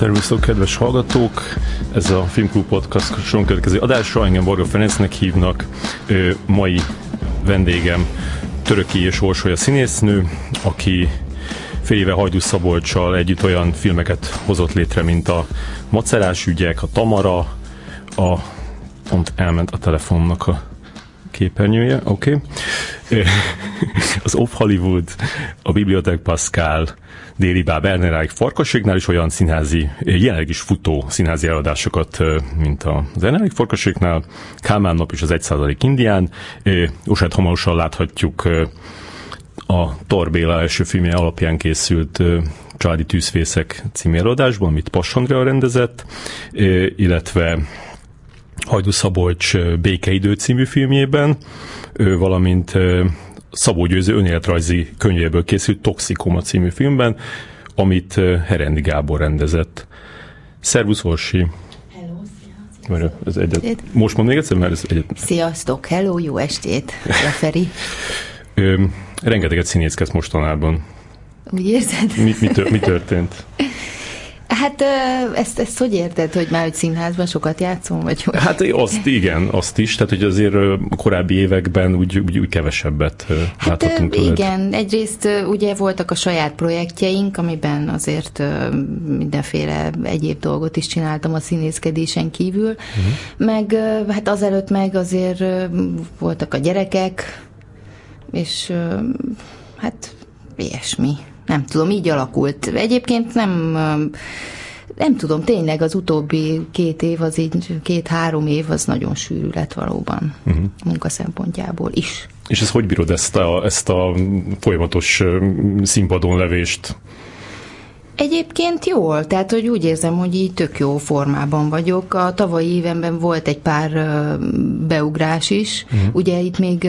Szervusztok, kedves hallgatók! Ez a Filmklub Podcast soron következő adásra. Engem Varga Ferencnek hívnak. Mai vendégem Töröki és Orsolya színésznő, aki fél éve Hajdú Szabolccsal együtt olyan filmeket hozott létre, mint a Macerás ügyek, a Tamara, pont elment a telefonnak a képernyője, oké. Az Off Hollywood, a Bibliothèque Pascal, Déli Báb, Erneráig Farkasségnál is olyan színházi, jelenleg is futó színházi eladásokat, mint az Erneráig Farkasségnál, Kálmán nap és az 1% Indián. Most hamarosan láthatjuk a Tor Béla első filmje alapján készült Családi tűzfészek című előadásban, amit Pass Andrea rendezett, illetve Hajdú Szabolcs Békeidő című filmjében, valamint Szabó Győző önéletrajzi könyvéből készült Toxikoma című filmben, amit Herendi Gábor rendezett. Szervusz, Orsi! Hello, szia! Most mondd még egyszer, mert ez egyet... Sziasztok, hello, jó estét! Feri! Rengeteget színészkedsz mostanában. Úgy érzed? Mi történt? Hát ezt hogy érted, hogy már hogy színházban sokat játszom, vagy hogy? Hát azt is, tehát hogy azért korábbi években úgy kevesebbet láthatunk tőled. Igen, egyrészt ugye voltak a saját projektjeink, amiben azért mindenféle egyéb dolgot is csináltam a színészkedésen kívül, meg hát azelőtt meg azért voltak a gyerekek, és hát ilyesmi. Nem tudom, így alakult. Egyébként nem tudom, tényleg az utóbbi 2 év, az így 2-3 év, az nagyon sűrű lett valóban munka szempontjából is. És ez hogy bírod ezt a folyamatos színpadon levést? Egyébként jól, tehát hogy úgy érzem, hogy így tök jó formában vagyok. A tavalyi évenben volt egy pár beugrás is. Ugye itt még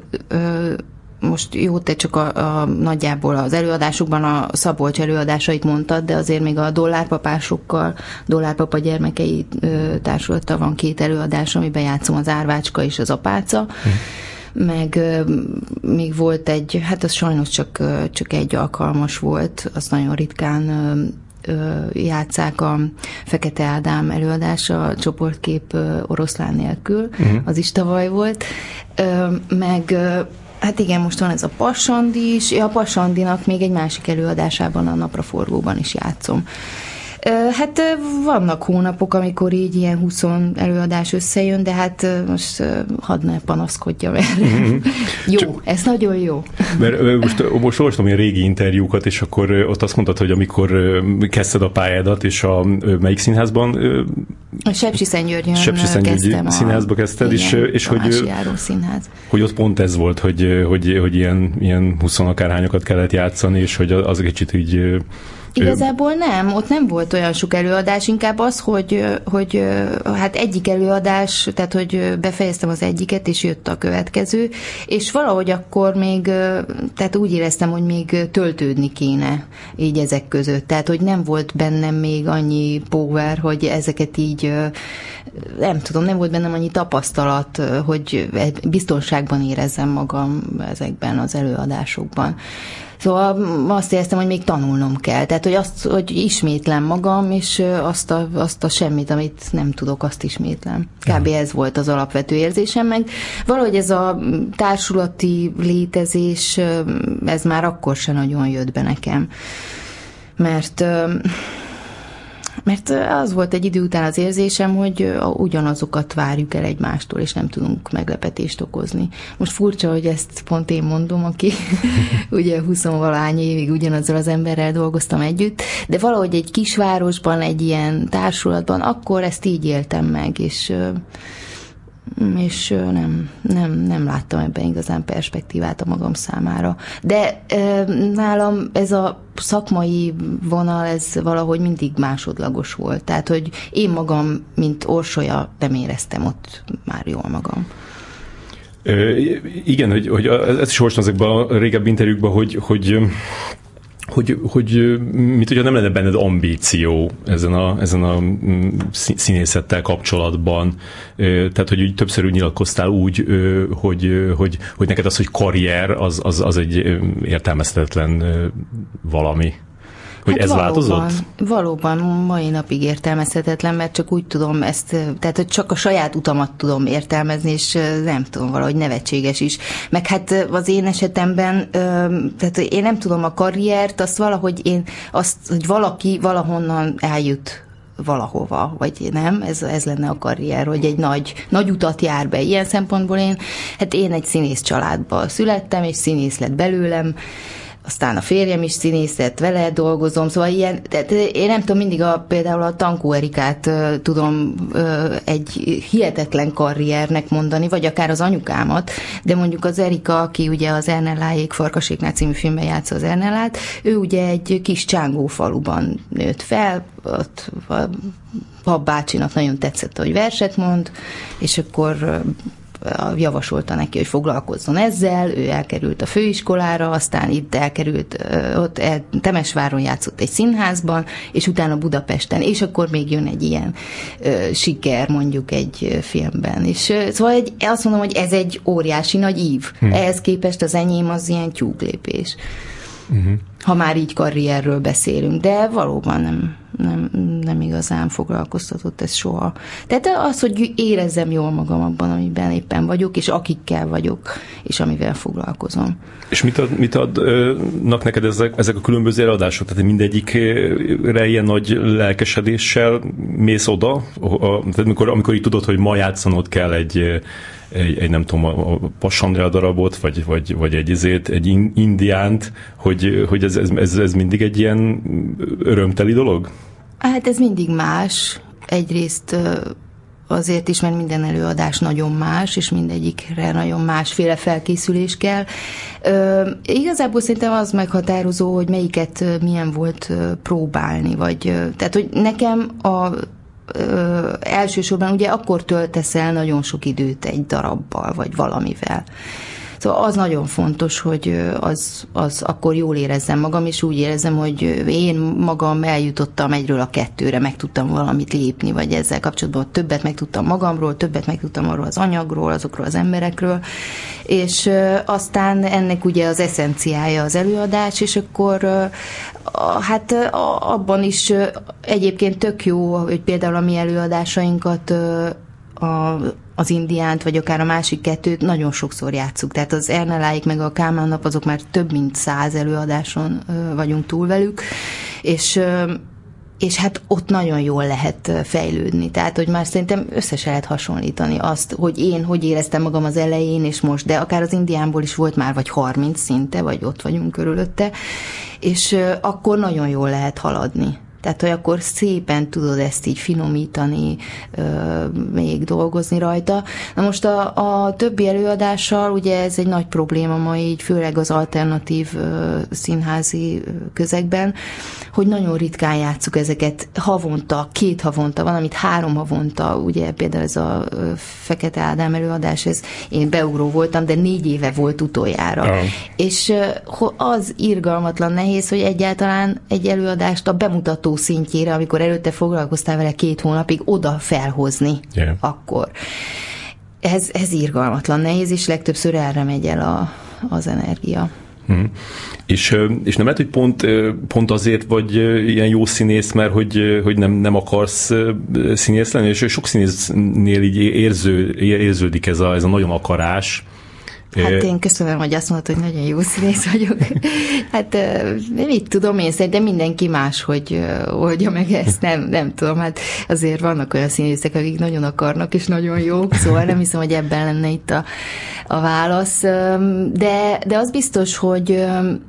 most jó, te csak a nagyjából az előadásokban a Szabolcs előadásait mondtad, de azért még a Dollárpapásokkal, Dollárpapa gyermekei társulattal van 2 előadás, amiben játszom az Árvácska és az Apáca. Meg még volt egy, hát az sajnos csak egy alkalmas volt, az nagyon ritkán játsszák a Fekete Ádám előadása, a csoportkép oroszlán nélkül, az is tavaly volt. Meg hát igen, most van ez a Pass Andi is. A Pass Andinak még egy másik előadásában, a Napraforgóban is játszom. Hát vannak hónapok, amikor így ilyen 20 előadás összejön, de hát most hadd ne panaszkodjam erre. Jó, ez nagyon jó. Mert most olvastam ilyen régi interjúkat, és akkor ott azt mondtad, hogy amikor kezdted a pályádat, és a melyik színházban? A Sepsiszentgyörgyön kezdtem. Színházba kezdted, igen, és hogy ott pont ez volt, hogy ilyen 20 akárhányokat kellett játszani, és hogy az kicsit így... Igazából nem, ott nem volt olyan sok előadás, inkább az, hogy hát egyik előadás, tehát hogy befejeztem az egyiket, és jött a következő, és valahogy akkor még, tehát úgy éreztem, hogy még töltődni kéne így ezek között, tehát hogy nem volt bennem még annyi power, hogy ezeket így, nem tudom, nem volt bennem annyi tapasztalat, hogy biztonságban érezzem magam ezekben az előadásokban. Szóval azt éreztem, hogy még tanulnom kell. Tehát, hogy ismétlem magam, és azt a semmit, amit nem tudok, azt ismétlem. Kb. Ez volt az alapvető érzésem, meg valahogy ez a társulati létezés, ez már akkor se nagyon jött be nekem. Mert az volt egy idő után az érzésem, hogy ugyanazokat várjuk el egymástól, és nem tudunk meglepetést okozni. Most furcsa, hogy ezt pont én mondom, aki ugye 20-valahány évig ugyanazzal az emberrel dolgoztam együtt, de valahogy egy kisvárosban, egy ilyen társulatban, akkor ezt így éltem meg, és nem láttam ebben igazán perspektívát a magam számára. De nálam ez a szakmai vonal, ez valahogy mindig másodlagos volt. Tehát, hogy én magam, mint Orsolya, nem éreztem ott már jól magam. Igen, hogy ezt is olvastam ezekben a régebbi interjúkban, hogy mit tudja, nem lenne benned ambíció ezen a színészettel kapcsolatban. Tehát, hogy úgy többször úgy nyilatkoztál úgy, hogy neked az, hogy karrier, az egy értelmezhetetlen valami. Hogy ez változott? Valóban mai napig értelmezhetetlen, mert csak úgy tudom ezt, tehát hogy csak a saját utamat tudom értelmezni, és nem tudom, valahogy nevetséges is. Meg hát az én esetemben, tehát én nem tudom a karriert, azt valahogy hogy valaki valahonnan eljut valahova, vagy nem, ez lenne a karrier, hogy egy nagy utat jár be. Ilyen szempontból én egy színész családba születtem, és színész lett belőlem, aztán a férjem is színész lett, vele dolgozom, szóval ilyen, tehát én nem tudom, mindig például a Tankó Erikát tudom egy hihetetlen karriernek mondani, vagy akár az anyukámat, de mondjuk az Erika, aki ugye az Ernelláék Farkaséknál című filmben játsza az Ernellát, ő ugye egy kis csángó faluban nőtt fel, ott a pap bácsinak nagyon tetszett, hogy verset mond, és akkor javasolta neki, hogy foglalkozzon ezzel, ő elkerült a főiskolára, aztán itt elkerült, ott Temesváron játszott egy színházban, és utána Budapesten, és akkor még jön egy ilyen siker mondjuk egy filmben. És szóval azt mondom, hogy ez egy óriási nagy ív. Ehhez képest az enyém az ilyen tyúklépés. Ha már így karrierről beszélünk, de valóban nem igazán foglalkoztatott ez soha. Tehát az, hogy érezzem jól magam abban, amiben éppen vagyok, és akikkel vagyok, és amivel foglalkozom. És mit adnak neked ezek a különböző előadások? Tehát mindegyikre ilyen nagy lelkesedéssel mész oda? Tehát amikor így tudod, hogy ma játszanod kell egy nem tudom, a Pass Andrea darabot, vagy egy indiánt, hogy ez mindig egy ilyen örömteli dolog? Hát ez mindig más. Egyrészt azért is, mert minden előadás nagyon más, és mindegyikre nagyon másféle felkészülés kell. Igazából szerintem az meghatározó, hogy melyiket milyen volt próbálni, tehát, hogy nekem elsősorban ugye akkor töltesz el nagyon sok időt egy darabbal, vagy valamivel. Szóval az nagyon fontos, hogy az akkor jól érezzem magam, és úgy érezzem, hogy én magam eljutottam egyről a kettőre, meg tudtam valamit lépni, vagy ezzel kapcsolatban többet megtudtam magamról, többet megtudtam arról az anyagról, azokról az emberekről, és aztán ennek ugye az eszenciája az előadás, és akkor hát abban is egyébként tök jó, hogy például a mi előadásainkat az indiánt, vagy akár a másik kettőt nagyon sokszor játsszuk. Tehát az Ernelláék meg a Kálmán nap, azok már több mint 100 előadáson vagyunk túl velük, és hát ott nagyon jól lehet fejlődni. Tehát, hogy már szerintem össze se lehet hasonlítani azt, hogy én hogy éreztem magam az elején, és most, de akár az indiánból is volt már vagy 30 szinte, vagy ott vagyunk körülötte, és akkor nagyon jól lehet haladni. Tehát, hogy akkor szépen tudod ezt így finomítani, még dolgozni rajta. Na most a többi előadással, ugye ez egy nagy probléma ma így, főleg az alternatív színházi közegben, hogy nagyon ritkán játsszuk ezeket havonta, 2 havonta, van, amit 3 havonta, ugye például ez a Fekete Ádám előadás, én beugró voltam, de 4 éve volt utoljára. És az irgalmatlan nehéz, hogy egyáltalán egy előadást a bemutató szintjére, amikor előtte foglalkoztál vele 2 hónapig, oda felhozni akkor. Ez irgalmatlan nehéz, és legtöbbször erre megy el az energia. És nem lehet, hogy pont azért vagy ilyen jó színész, mert hogy nem akarsz színész lenni, és sok színésznél így érződik ez a nagyon akarás. Hát én köszönöm, hogy azt mondtad, hogy nagyon jó színész vagyok. Hát mit tudom, én szerintem mindenki más, hogy oldja meg ezt, nem tudom, hát azért vannak olyan színészek, akik nagyon akarnak, és nagyon jók, szóval nem hiszem, hogy ebben lenne itt a válasz. De az biztos, hogy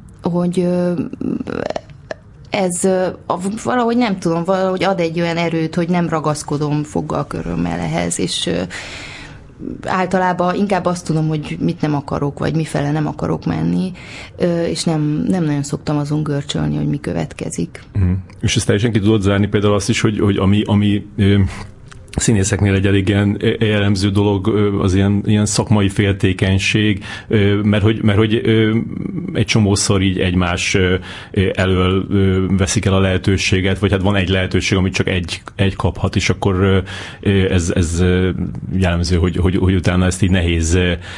ez valahogy nem tudom, valahogy ad egy olyan erőt, hogy nem ragaszkodom foggal körömmel ehhez, és általában inkább azt tudom, hogy mit nem akarok, vagy mifele nem akarok menni, és nem nagyon szoktam azon görcsölni, hogy mi következik. És ezt teljesen ki tudod zárni például azt is, hogy ami színészeknél egy elég ilyen jellemző dolog az ilyen szakmai féltékenység, mert hogy egy csomószor így egymás elől veszik el a lehetőséget, vagy hát van egy lehetőség, amit csak egy kaphat, és akkor ez jellemző, hogy utána ezt így nehéz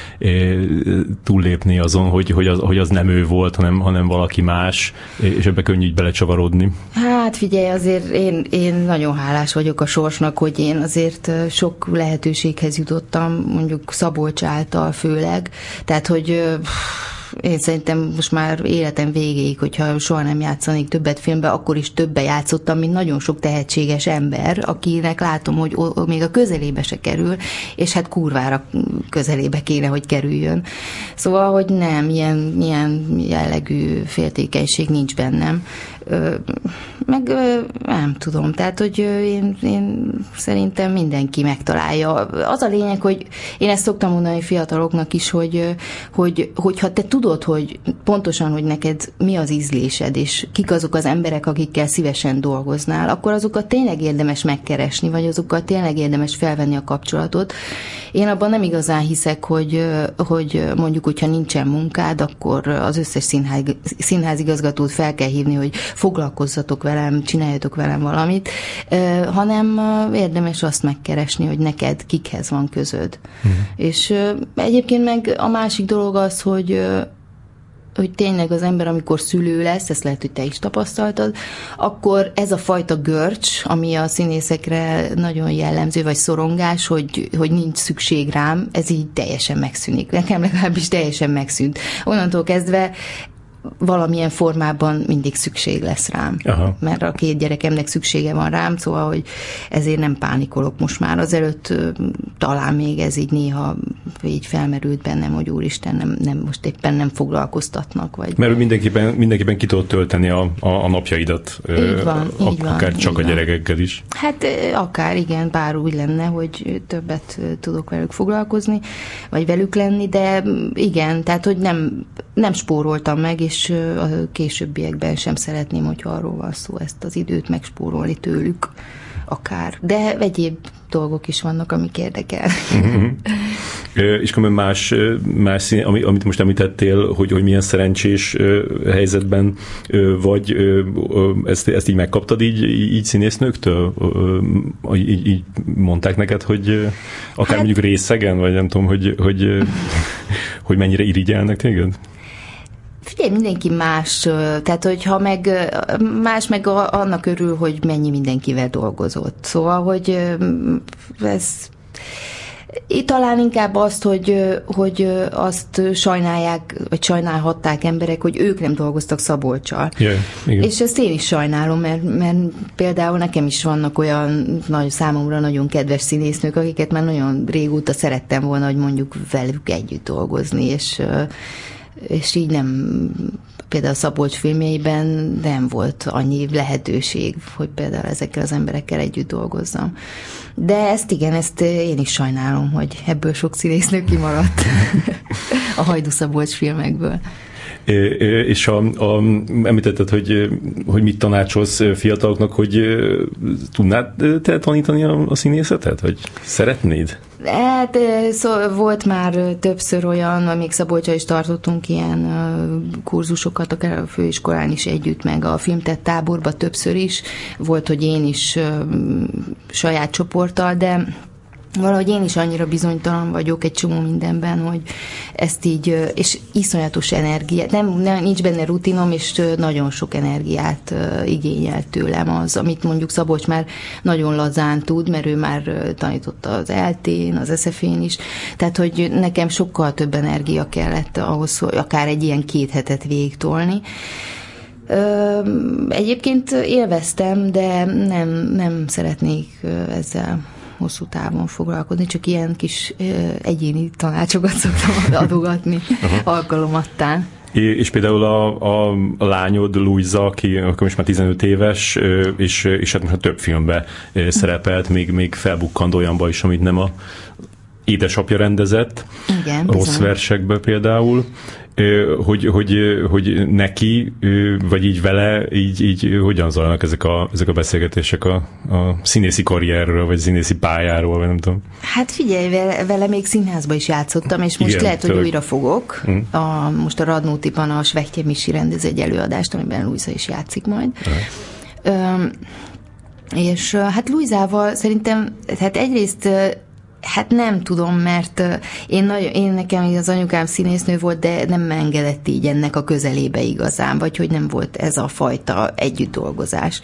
túllépni azon, hogy az nem ő volt, hanem valaki más, és ebbe könnyű így belecsavarodni. Hát figyelj, azért én nagyon hálás vagyok a sorsnak, hogy én azért sok lehetőséghez jutottam, mondjuk Szabolcs által főleg, tehát hogy én szerintem most már életem végéig, hogyha soha nem játszanék többet filmbe, akkor is többe játszottam, mint nagyon sok tehetséges ember, akinek látom, hogy még a közelébe se kerül, és hát kurvára közelébe kéne, hogy kerüljön. Szóval, hogy nem, ilyen jellegű féltékenység nincs bennem. Meg nem tudom, tehát, hogy én szerintem mindenki megtalálja. Az a lényeg, hogy én ezt szoktam mondani fiataloknak is, hogyha te tudod, hogy pontosan, hogy neked mi az ízlésed, és kik azok az emberek, akikkel szívesen dolgoznál, akkor azokat tényleg érdemes megkeresni, vagy azokkal tényleg érdemes felvenni a kapcsolatot. Én abban nem igazán hiszek, hogy mondjuk, hogyha nincsen munkád, akkor az összes színházigazgatót fel kell hívni, hogy foglalkozzatok velem, csináljatok velem valamit, hanem érdemes azt megkeresni, hogy neked kikhez van közöd. És egyébként meg a másik dolog az, hogy tényleg az ember, amikor szülő lesz, ezt lehet, hogy te is tapasztaltad, akkor ez a fajta görcs, ami a színészekre nagyon jellemző, vagy szorongás, hogy nincs szükség rám, ez így teljesen megszűnik. Nekem legalábbis teljesen megszűnt. Onnantól kezdve valamilyen formában mindig szükség lesz rám. Aha. Mert a 2 gyerekemnek szüksége van rám, szóval, hogy ezért nem pánikolok most már. Azelőtt talán még ez így néha így felmerült bennem, hogy úristen, nem most éppen nem foglalkoztatnak. Vagy... Mert mindenképpen ki tudod tölteni a napjaidat. Így van, akár csak így a gyerekekkel is. Hát akár igen, bár úgy lenne, hogy többet tudok velük foglalkozni, vagy velük lenni, de igen, tehát, hogy nem spóroltam meg, és a későbbiekben sem szeretném, hogyha arról van szó, ezt az időt megspórolni tőlük akár. De egyéb dolgok is vannak, amik érdekel. És más amit most említettél, hogy milyen szerencsés helyzetben vagy, ezt így megkaptad így színésznőktől? Így mondták neked, hogy akár mondjuk részegen, vagy nem tudom, hogy mennyire irigyelnek téged? Figyelj, mindenki más, tehát hogyha más meg annak örül, hogy mennyi mindenkivel dolgozott. Szóval, hogy ez talán inkább azt, hogy azt sajnálják, vagy sajnálhatták emberek, hogy ők nem dolgoztak Szabolccsal. Yeah, és ezt én is sajnálom, mert például nekem is vannak olyan számomra nagyon kedves színésznők, akiket már nagyon régóta szerettem volna, hogy mondjuk velük együtt dolgozni, és így nem, például Szabolcs filmjeiben nem volt annyi lehetőség, hogy például ezekkel az emberekkel együtt dolgozzam. De ezt én is sajnálom, hogy ebből sok színésznő kimaradt a Hajdú Szabolcs filmekből. És említetted, hogy mit tanácsolsz fiataloknak, hogy tudnád te tanítani a színészetet? Vagy szeretnéd? Hát volt már többször olyan, amíg Szabolccsal is tartottunk ilyen kurzusokat, akár a főiskolán is együtt, meg a filmtett táborban többször is. Volt, hogy én is saját csoporttal, de valahogy én is annyira bizonytalan vagyok egy csomó mindenben, hogy ezt így, és iszonyatos energiát, nincs benne rutinom, és nagyon sok energiát igényel tőlem az, amit mondjuk Szabolcs már nagyon lazán tud, mert ő már tanította az ELTE-n, az SF-én is, tehát, hogy nekem sokkal több energia kellett ahhoz, hogy akár egy ilyen 2 hetet végigtolni. Egyébként élveztem, de nem szeretnék ezzel hosszú távon foglalkozni, csak ilyen kis egyéni tanácsokat szoktam adogatni alkalomattán. És például a lányod, Luisa, aki most már 15 éves, és hát most több filmben szerepelt, még felbukkant olyanba is, amit nem a édesapja rendezett, igen, rossz versekbe például, hogy neki, vagy így vele, így hogyan zajlanak ezek a beszélgetések a színészi karrierről, vagy színészi pályáról, vagy nem tudom. Hát figyelj, vele még színházba is játszottam, és most igen, lehet, hogy újra fogok. Most a Radnótiban a Svehetje Misi rendez egy előadást, amiben Luisa is játszik majd. És hát Luisával szerintem, hát egyrészt hát nem tudom, mert én nekem az anyukám színésznő volt, de nem engedett így ennek a közelébe igazán, vagy hogy nem volt ez a fajta együtt dolgozás.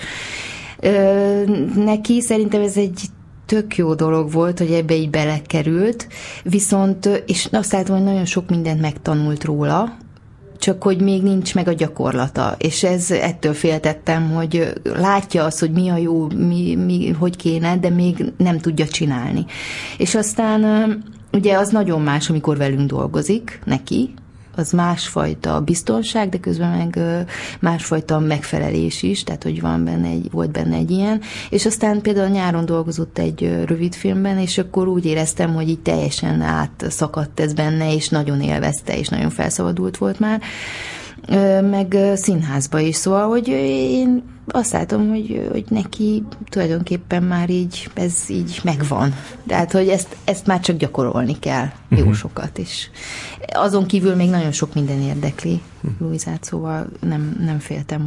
Neki szerintem ez egy tök jó dolog volt, hogy ebbe így belekerült, viszont, és azt látom, hogy nagyon sok mindent megtanult róla, csak hogy még nincs meg a gyakorlata, és ettől féltettem, hogy látja azt, hogy mi a jó, mi hogy kéne, de még nem tudja csinálni. És aztán ugye az nagyon más, amikor velünk dolgozik, neki, az másfajta biztonság, de közben meg másfajta megfelelés is, tehát hogy volt benne egy ilyen, és aztán például nyáron dolgozott egy rövidfilmben, és akkor úgy éreztem, hogy így teljesen átszakadt ez benne, és nagyon élvezte, és nagyon felszabadult volt már, meg színházba is, szóval, hogy én azt látom, hogy neki tulajdonképpen már így, ez így megvan. Tehát, hogy ezt már csak gyakorolni kell jó sokat, és azon kívül még nagyon sok minden érdekli Luisát, szóval nem féltem,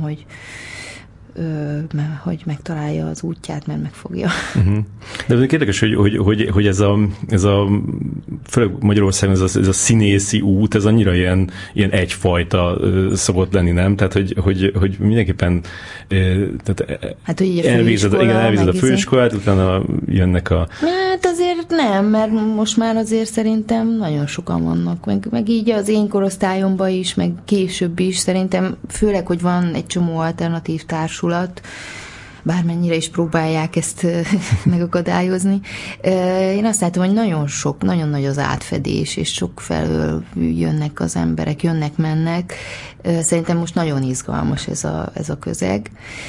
hogy megtalálja az útját, mert megfogja. De érdekes, hogy ez a főleg Magyarországon ez a színészi út, ez annyira ilyen egyfajta szokott lenni, nem? Tehát, hogy mindenképpen hát, hogy elvégzed a főiskolát, utána jönnek a... Hát azért nem, mert most már azért szerintem nagyon sokan vannak, meg így az én korosztályomban is, meg később is, szerintem főleg, hogy van egy csomó alternatív társulat, bármennyire is próbálják ezt megakadályozni. Én azt látom, hogy nagyon nagy az átfedés, és sok felől jönnek az emberek, jönnek-mennek. Szerintem most nagyon izgalmas ez a közeg.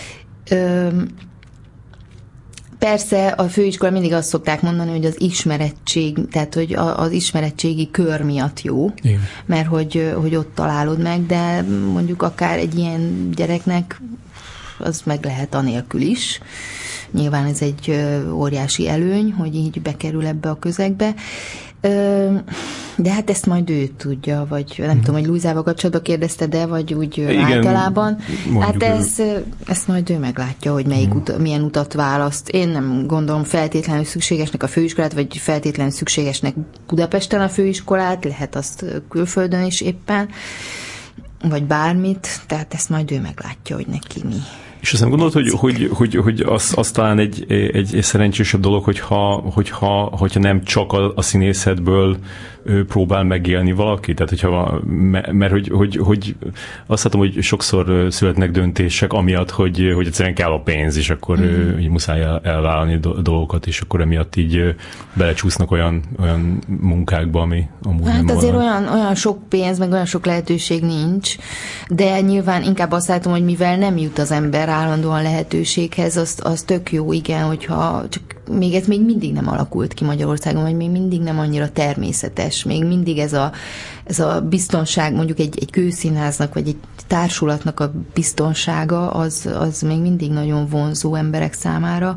Persze a főiskola mindig azt szokták mondani, hogy az ismerettség, tehát hogy az ismerettségi kör miatt jó, igen. Mert hogy ott találod meg, de mondjuk akár egy ilyen gyereknek az meg lehet anélkül is. Nyilván ez egy óriási előny, hogy így bekerül ebbe a közegbe. De hát ezt majd ő tudja, vagy nem tudom, hogy Luisával kapcsolatban kérdezte, de vagy úgy igen, általában. Hát ezt majd ő meglátja, hogy milyen utat választ. Én nem gondolom feltétlenül szükségesnek a főiskolát, vagy feltétlenül szükségesnek Budapesten a főiskolát, lehet azt külföldön is éppen, vagy bármit, tehát ezt majd ő meglátja, hogy neki mi. És azt nem gondolod, hogy az talán egy szerencsésebb dolog, hogyha nem csak a színészetből próbál megélni valaki? Tehát, mert hogy azt látom, hogy sokszor születnek döntések amiatt, hogy egyszerűen kell a pénz, és akkor így muszáj elvállalni dolgokat, és akkor emiatt így belecsúsznak olyan munkákba, ami amúgy hát nem azért olyan sok pénz, meg olyan sok lehetőség nincs, de nyilván inkább azt látom, hogy mivel nem jut az ember állandóan lehetőséghez, az tök jó, igen, hogyha csak ez még mindig nem alakult ki Magyarországon, vagy még mindig nem annyira természetes, még mindig ez a biztonság, mondjuk egy kőszínháznak, vagy egy társulatnak a biztonsága, az még mindig nagyon vonzó emberek számára,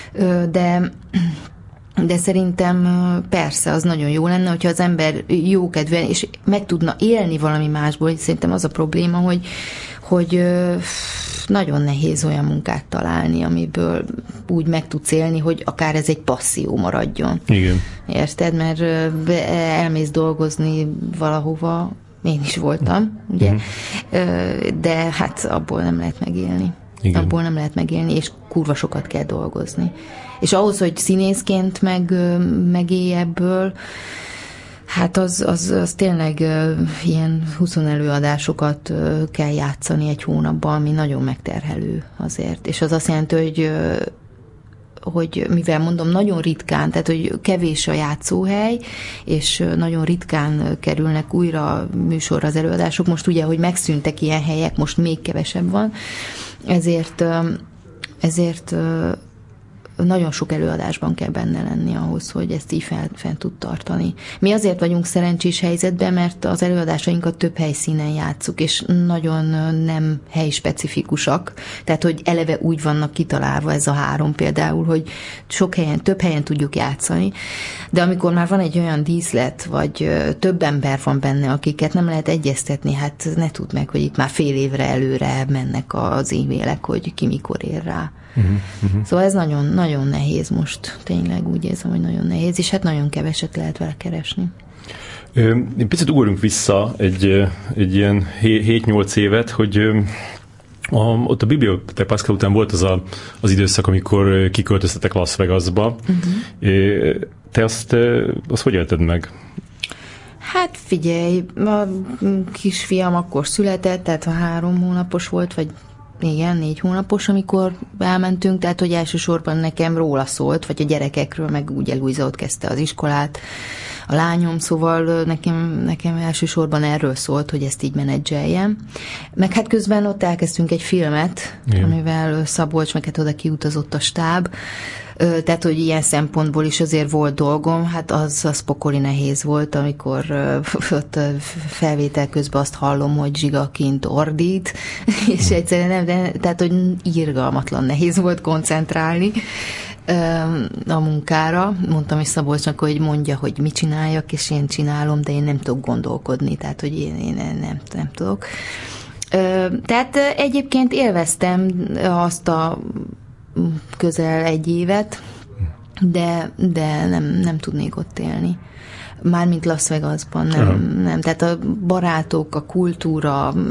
de szerintem persze az nagyon jó lenne, hogyha az ember jókedvűen, és meg tudna élni valami másból. Szerintem az a probléma, hogy nagyon nehéz olyan munkát találni, amiből úgy meg tudsz élni, hogy akár ez egy passzió maradjon. Igen. Érted? Mert elmész dolgozni valahova, én is voltam, ugye? De hát abból nem lehet megélni. Igen. Abból nem lehet megélni, és kurva sokat kell dolgozni. És ahhoz, hogy színészként megélj ebből, hát az tényleg ilyen 20 előadásokat kell játszani egy hónapban, ami nagyon megterhelő azért. És az azt jelenti, hogy mivel mondom, nagyon ritkán, tehát hogy kevés a játszóhely, és nagyon ritkán kerülnek újra műsorra az előadások. Most ugye, hogy megszűntek ilyen helyek, most még kevesebb van, ezért nagyon sok előadásban kell benne lenni ahhoz, hogy ezt így fent tud tartani. Mi azért vagyunk szerencsés helyzetben, mert az előadásainkat több helyszínen játsszuk, és nagyon nem helyspecifikusak. Tehát, hogy eleve úgy vannak kitalálva ez a 3 például, hogy sok helyen, több helyen tudjuk játszani, de amikor már van egy olyan díszlet, vagy több ember van benne, akiket nem lehet egyeztetni, hát ne tudd meg, hogy itt már fél évre előre mennek az e-mailek, hogy ki mikor ér rá. Szóval ez nagyon, nagyon nehéz most, tényleg úgy érzem, hogy nagyon nehéz, és hát nagyon keveset lehet vele keresni. Egy picit ugorjunk vissza egy ilyen 7-8 évet, hogy ott a Bibliothèque Pascal után volt az időszak, amikor kiköltöztetek Las Vegasba. Te azt hogy élted meg? Hát figyelj, a kisfiam akkor született, tehát 3 hónapos volt, vagy igen, 4 hónapos, amikor elmentünk, tehát hogy elsősorban nekem róla szólt, vagy a gyerekekről, meg ugye Luisa ott kezdte az iskolát, a lányom, szóval nekem elsősorban erről szólt, hogy ezt így menedzseljem. Meg hát közben ott elkezdtünk egy filmet, amivel Szabolcs, meg hát oda kiutazott a stáb, tehát, hogy ilyen szempontból is azért volt dolgom, hát az pokoli nehéz volt, amikor ott felvétel közben azt hallom, hogy Zsiga kint ordít, és egyszerűen nem, tehát, hogy irgalmatlan nehéz volt koncentrálni a munkára. Mondtam is Szabolcsnak, hogy mondja, hogy mit csináljak, és én csinálom, de én nem tudok gondolkodni, tehát, hogy én nem tudok. Tehát egyébként élveztem azt a közel 1 évet, de nem tudnék ott élni. Mármint Las Vegasban, nem. Tehát a barátok, a kultúra, a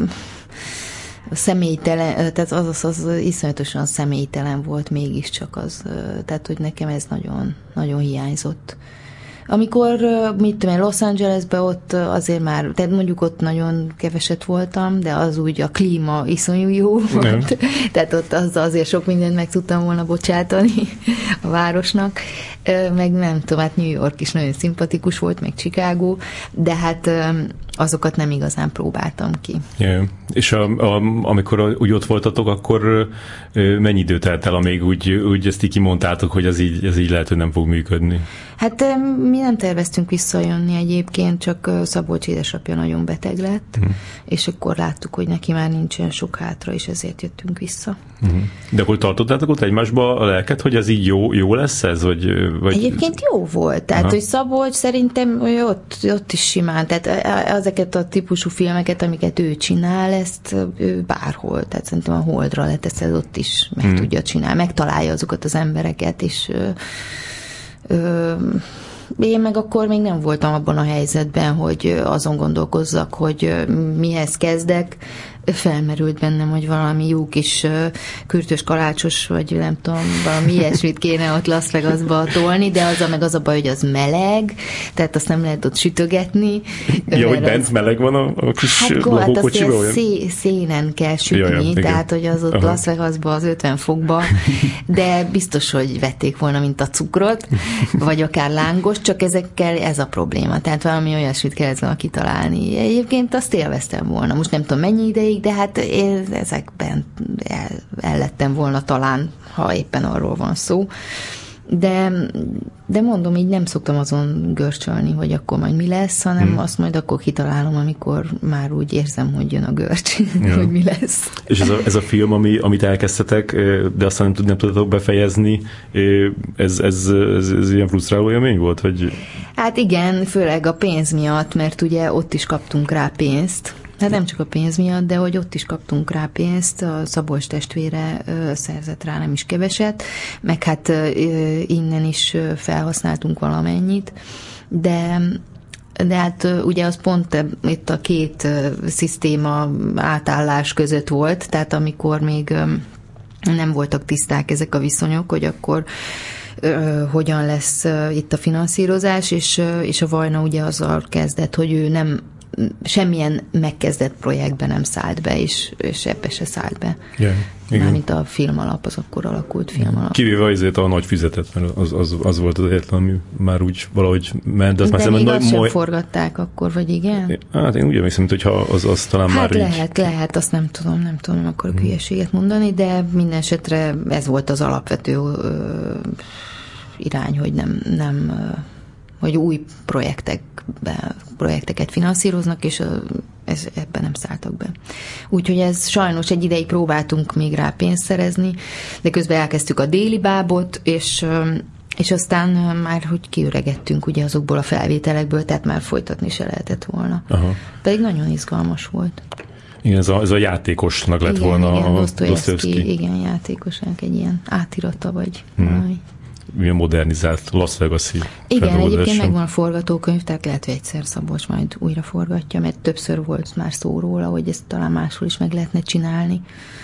személytelen, tehát az iszonyatosan személytelen volt mégiscsak az, tehát hogy nekem ez nagyon, nagyon hiányzott. Amikor, Los Angelesben ott azért már, tehát mondjuk ott nagyon keveset voltam, de az úgy a klíma iszonyú jó volt. Tehát ott azért sok mindent meg tudtam volna bocsátani a városnak. Meg nem tudom, hát New York is nagyon szimpatikus volt, meg Chicago, de hát azokat nem igazán próbáltam ki. Yeah. És amikor úgy ott voltatok, akkor mennyi idő telt el, amíg úgy ezt így kimondtátok, hogy ez így lehet, hogy nem fog működni? Hát mi nem terveztünk visszajönni egyébként, csak Szabolcs édesapja nagyon beteg lett, és akkor láttuk, hogy neki már nincsen sok hátra, és ezért jöttünk vissza. De akkor tartottátok ott egymásba a lelket, hogy ez így jó lesz ez? Vagy... Egyébként jó volt, tehát hogy Szabolcs szerintem ott is simán, tehát ezeket a típusú filmeket, amiket ő csinál, ezt ő bárhol, tehát szerintem a Holdra leteszed, ott is meg tudja csinálni, megtalálja azokat az embereket, és én meg akkor még nem voltam abban a helyzetben, hogy azon gondolkozzak, hogy mihez kezdek. Felmerült bennem, hogy valami jó kis kürtös kalácsos, vagy nem tudom, valami ilyesmit kéne ott Las Vegasba tolni, de az a baj, hogy az meleg, tehát azt nem lehet ott sütögetni. Ja, hogy bent meleg van a kis lakókocsiban? Hát szénen kell sütni, tehát hogy az ott Las Vegasba az 50 fokba, de biztos, hogy vették volna, mint a cukrot, vagy akár lángos, csak ezekkel ez a probléma. Tehát valami olyasmit kellett volna kitalálni. Egyébként azt élveztem volna. Most nem tudom mennyi ideig, de hát én ezekben el lettem volna talán, ha éppen arról van szó. De mondom, így nem szoktam azon görcsölni, hogy akkor majd mi lesz, hanem azt majd akkor kitalálom, amikor már úgy érzem, hogy jön a görcs, hogy mi lesz. És ez a film, amit elkezdtetek, de aztán nem tudtatok befejezni, ez ilyen frusztráló élmény volt? Vagy... Hát igen, főleg a pénz miatt, mert ugye ott is kaptunk rá pénzt. Hát nem csak a pénz miatt, de hogy ott is kaptunk rá pénzt, a Szabolcs testvére szerzett rá nem is keveset, meg hát innen is felhasználtunk valamennyit, de hát ugye az pont itt a 2 szisztéma átállás között volt, tehát amikor még nem voltak tiszták ezek a viszonyok, hogy akkor hogyan lesz itt a finanszírozás, és a Vajna ugye azzal kezdett, hogy ő semmilyen megkezdett projektben nem szállt be, és ebbe se szállt be. Yeah. Mármint a Filmalap, az akkor alakult Filmalap. Kivéve azért a Nagy Füzetet, mert az volt az egyetlen, ami már úgy valahogy ment. De még azt sem forgatták akkor, vagy igen? Hát én úgy emlékszem, hogyha az talán már lehet, azt nem tudom akkor hülyeséget mondani, de minden esetre ez volt az alapvető irány, hogy nem hogy új projekteket finanszíroznak, és ebben nem szálltak be. Úgyhogy ez sajnos egy ideig próbáltunk még rá pénzt szerezni, de közben elkezdtük a Déli Bábot, és aztán már, hogy kiöregettünk ugye azokból a felvételekből, tehát már folytatni se lehetett volna. Aha. Pedig nagyon izgalmas volt. Igen, ez a játékosnak lett volna igen, a Dostoyevsky. Igen, játékosnak egy ilyen átirata, vagy valami. Milyen modernizált Las Vegas-i. Igen, egyébként megvan a forgatókönyv, tehát lehet, hogy egyszer Szabolcs majd újra forgatja, mert többször volt már szó róla, hogy ezt talán máshol is meg lehetne csinálni.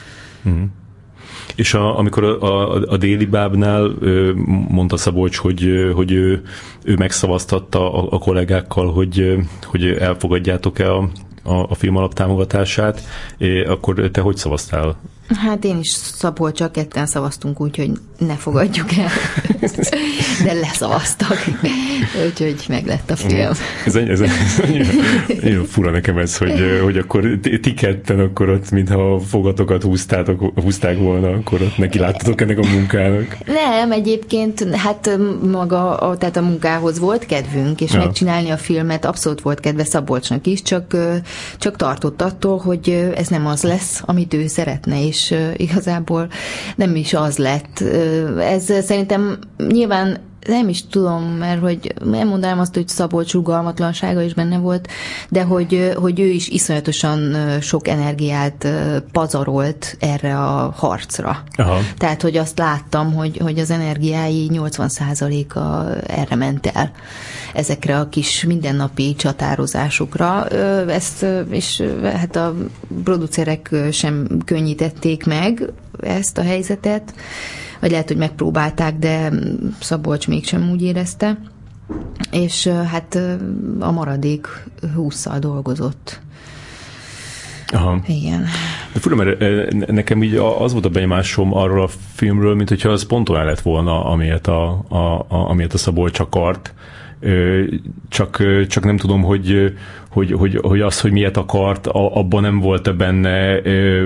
És amikor a Déli Bábnál mondta Szabolcs, hogy ő megszavaztatta a kollégákkal, hogy elfogadjátok-e a Filmalap támogatását, akkor te hogy szavaztál? Hát én is Szabolcsak ketten szavaztunk úgy, hogy ne fogadjuk el. De leszavaztak. Úgyhogy meg lett a film. Ez nagyon fura nekem ez, hogy akkor ti ketten akkor ott, mintha a fogatokat húzták volna, akkor ott neki láttatok ennek a munkának. Nem, egyébként hát maga, tehát a munkához volt kedvünk, és megcsinálni a filmet abszolút volt kedve Szabolcsnak is, csak tartott attól, hogy ez nem az lesz, amit ő szeretne, és igazából nem is az lett. Ez szerintem nyilván nem is tudom, mert hogy nem mondanám azt, hogy Szabolcs rugalmatlansága is benne volt, de hogy ő is iszonyatosan sok energiát pazarolt erre a harcra. Aha. Tehát, hogy azt láttam, hogy az energiái 80%-a erre ment el. Ezekre a kis mindennapi csatározásokra. És hát a producerek sem könnyítették meg ezt a helyzetet, vagy lehet, hogy megpróbálták, de Szabolcs mégsem úgy érezte, és hát a maradék 20-szal dolgozott. Aha. Igen. De fura, mert nekem így az volt a benyomásom arról a filmről, mint hogyha az pont olyan lett volna, amilyet a Szabolcs akart, csak nem tudom, hogy az, hogy miért akart, abban nem volt benne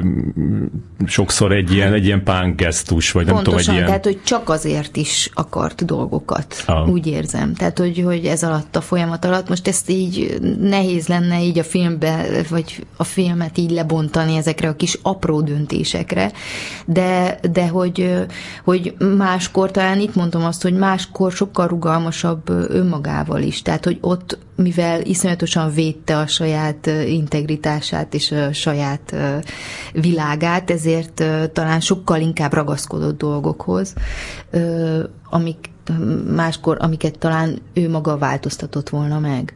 sokszor egy ilyen pánkgesztus, vagy pontosan, nem tudom, egy ilyen... tehát, hogy csak azért is akart dolgokat, úgy érzem. Tehát, hogy ez alatt a folyamat alatt, most ezt így nehéz lenne így a filmbe, vagy a filmet így lebontani ezekre a kis apró döntésekre, de hogy máskor, talán itt mondom azt, hogy máskor sokkal rugalmasabb önmagával is. Tehát, hogy ott, mivel iszonyatosan védte a saját integritását és a saját világát, ezért talán sokkal inkább ragaszkodott dolgokhoz, amiket talán ő maga változtatott volna meg.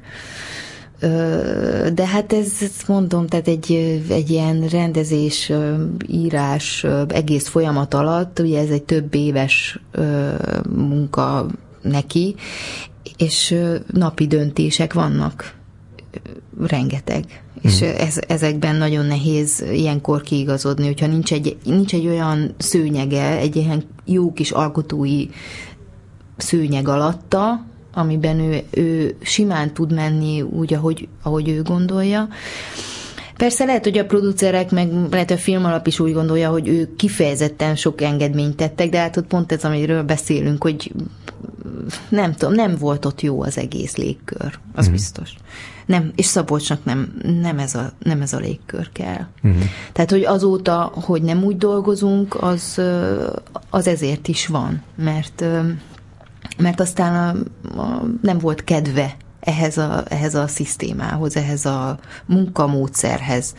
De hát ezt mondom, tehát egy ilyen rendezés, írás egész folyamat alatt, ugye ez egy több éves munka neki, és napi döntések vannak, rengeteg. És ezekben nagyon nehéz ilyenkor kiigazodni, hogyha nincs egy olyan szőnyege, egy ilyen jó kis alkotói szőnyeg alatta, amiben ő simán tud menni úgy, ahogy ő gondolja. Persze lehet, hogy a producerek, meg lehet, hogy a Filmalap is úgy gondolja, hogy ő kifejezetten sok engedményt tettek, de hát ott pont ez, amiről beszélünk, hogy nem tudom, nem volt ott jó az egész légkör, az biztos. Nem, és Szabolcsnak nem ez a légkör kell. Tehát, hogy azóta, hogy nem úgy dolgozunk, az ezért is van, mert aztán nem volt kedve ehhez a szisztémához, ehhez a munkamódszerhez.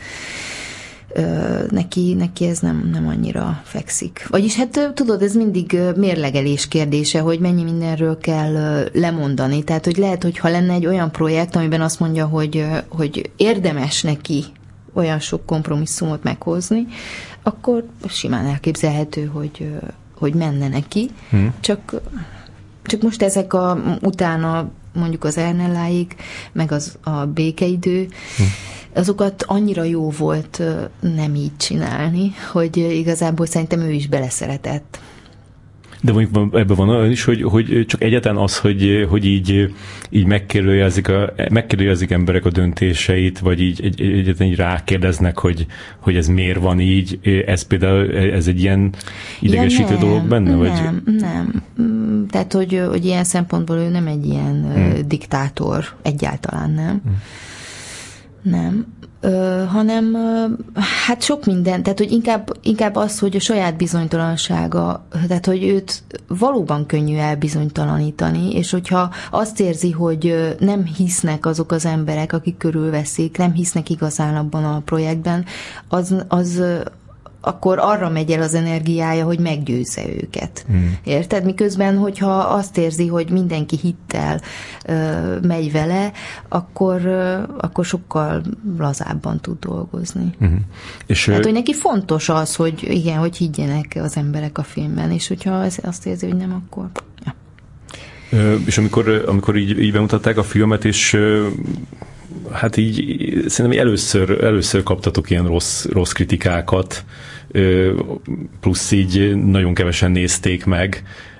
Neki ez nem annyira fekszik. Vagyis hát tudod, ez mindig mérlegelés kérdése, hogy mennyi mindenről kell lemondani. Tehát, hogy lehet, hogy ha lenne egy olyan projekt, amiben azt mondja, hogy érdemes neki olyan sok kompromisszumot meghozni, akkor simán elképzelhető, hogy menne neki. Csak most ezek utána mondjuk az Ernelláig, meg a békeidő, azokat annyira jó volt nem így csinálni, hogy igazából szerintem ő is beleszeretett. De mondjuk ebben van olyan is, hogy csak egyáltalán az, hogy így megkérdőjelezik emberek a döntéseit, vagy így egyáltalán így rákérdeznek, hogy ez miért van így, ez például ez egy ilyen idegesítő dolog benne? Nem. Tehát, hogy ilyen szempontból ő nem egy ilyen diktátor, egyáltalán nem. Nem. Hanem hát sok minden, tehát hogy inkább az, hogy a saját bizonytalansága, tehát hogy őt valóban könnyű elbizonytalanítani, és hogyha azt érzi, hogy nem hisznek azok az emberek, akik körülveszik, nem hisznek igazán abban a projektben, az akkor arra megy el az energiája, hogy meggyőzze őket. Érted? Miközben, hogyha azt érzi, hogy mindenki hittel megy vele, akkor sokkal lazábban tud dolgozni. És hát, hogy neki fontos az, hogy igen, hogy higgyenek az emberek a filmben, és hogyha azt érzi, hogy nem, akkor... Ja. És amikor így bemutatták a filmet, és hát így szerintem először kaptatok ilyen rossz kritikákat, plusz így nagyon kevesen nézték meg,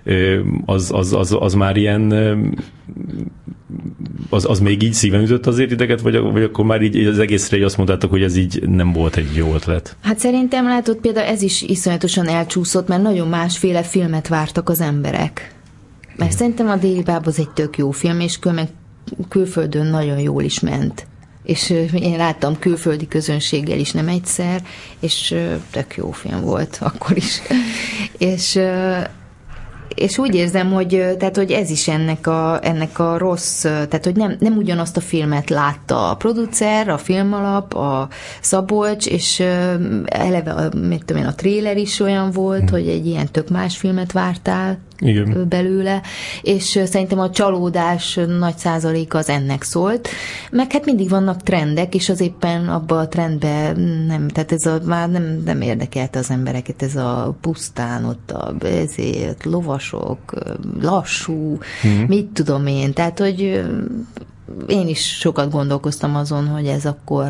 az már ilyen, az még így szíven ütött azért ideket, vagy akkor már így az egészre így azt mondtátok, hogy ez így nem volt egy jó ötlet? Hát szerintem látod, például ez is iszonyatosan elcsúszott, mert nagyon másféle filmet vártak az emberek. Mert szerintem a Déli báb az egy tök jó film, és külföldön nagyon jól is ment. És én láttam külföldi közönséggel is nem egyszer, és tök jó film volt akkor is. És úgy érzem, hogy ez is ennek a rossz, tehát hogy nem ugyanazt a filmet látta a producer, a Filmalap, a Szabolcs, és eleve a tréler is olyan volt, hogy egy ilyen tök más filmet vártál. Igen. Belőle, és szerintem a csalódás nagy százaléka az ennek szólt, meg hát mindig vannak trendek, és az éppen abban a trendben nem, tehát már nem érdekelte az embereket, ez a pusztán ott ezért lovasok, lassú, mit tudom én, tehát hogy én is sokat gondolkoztam azon, hogy ez akkor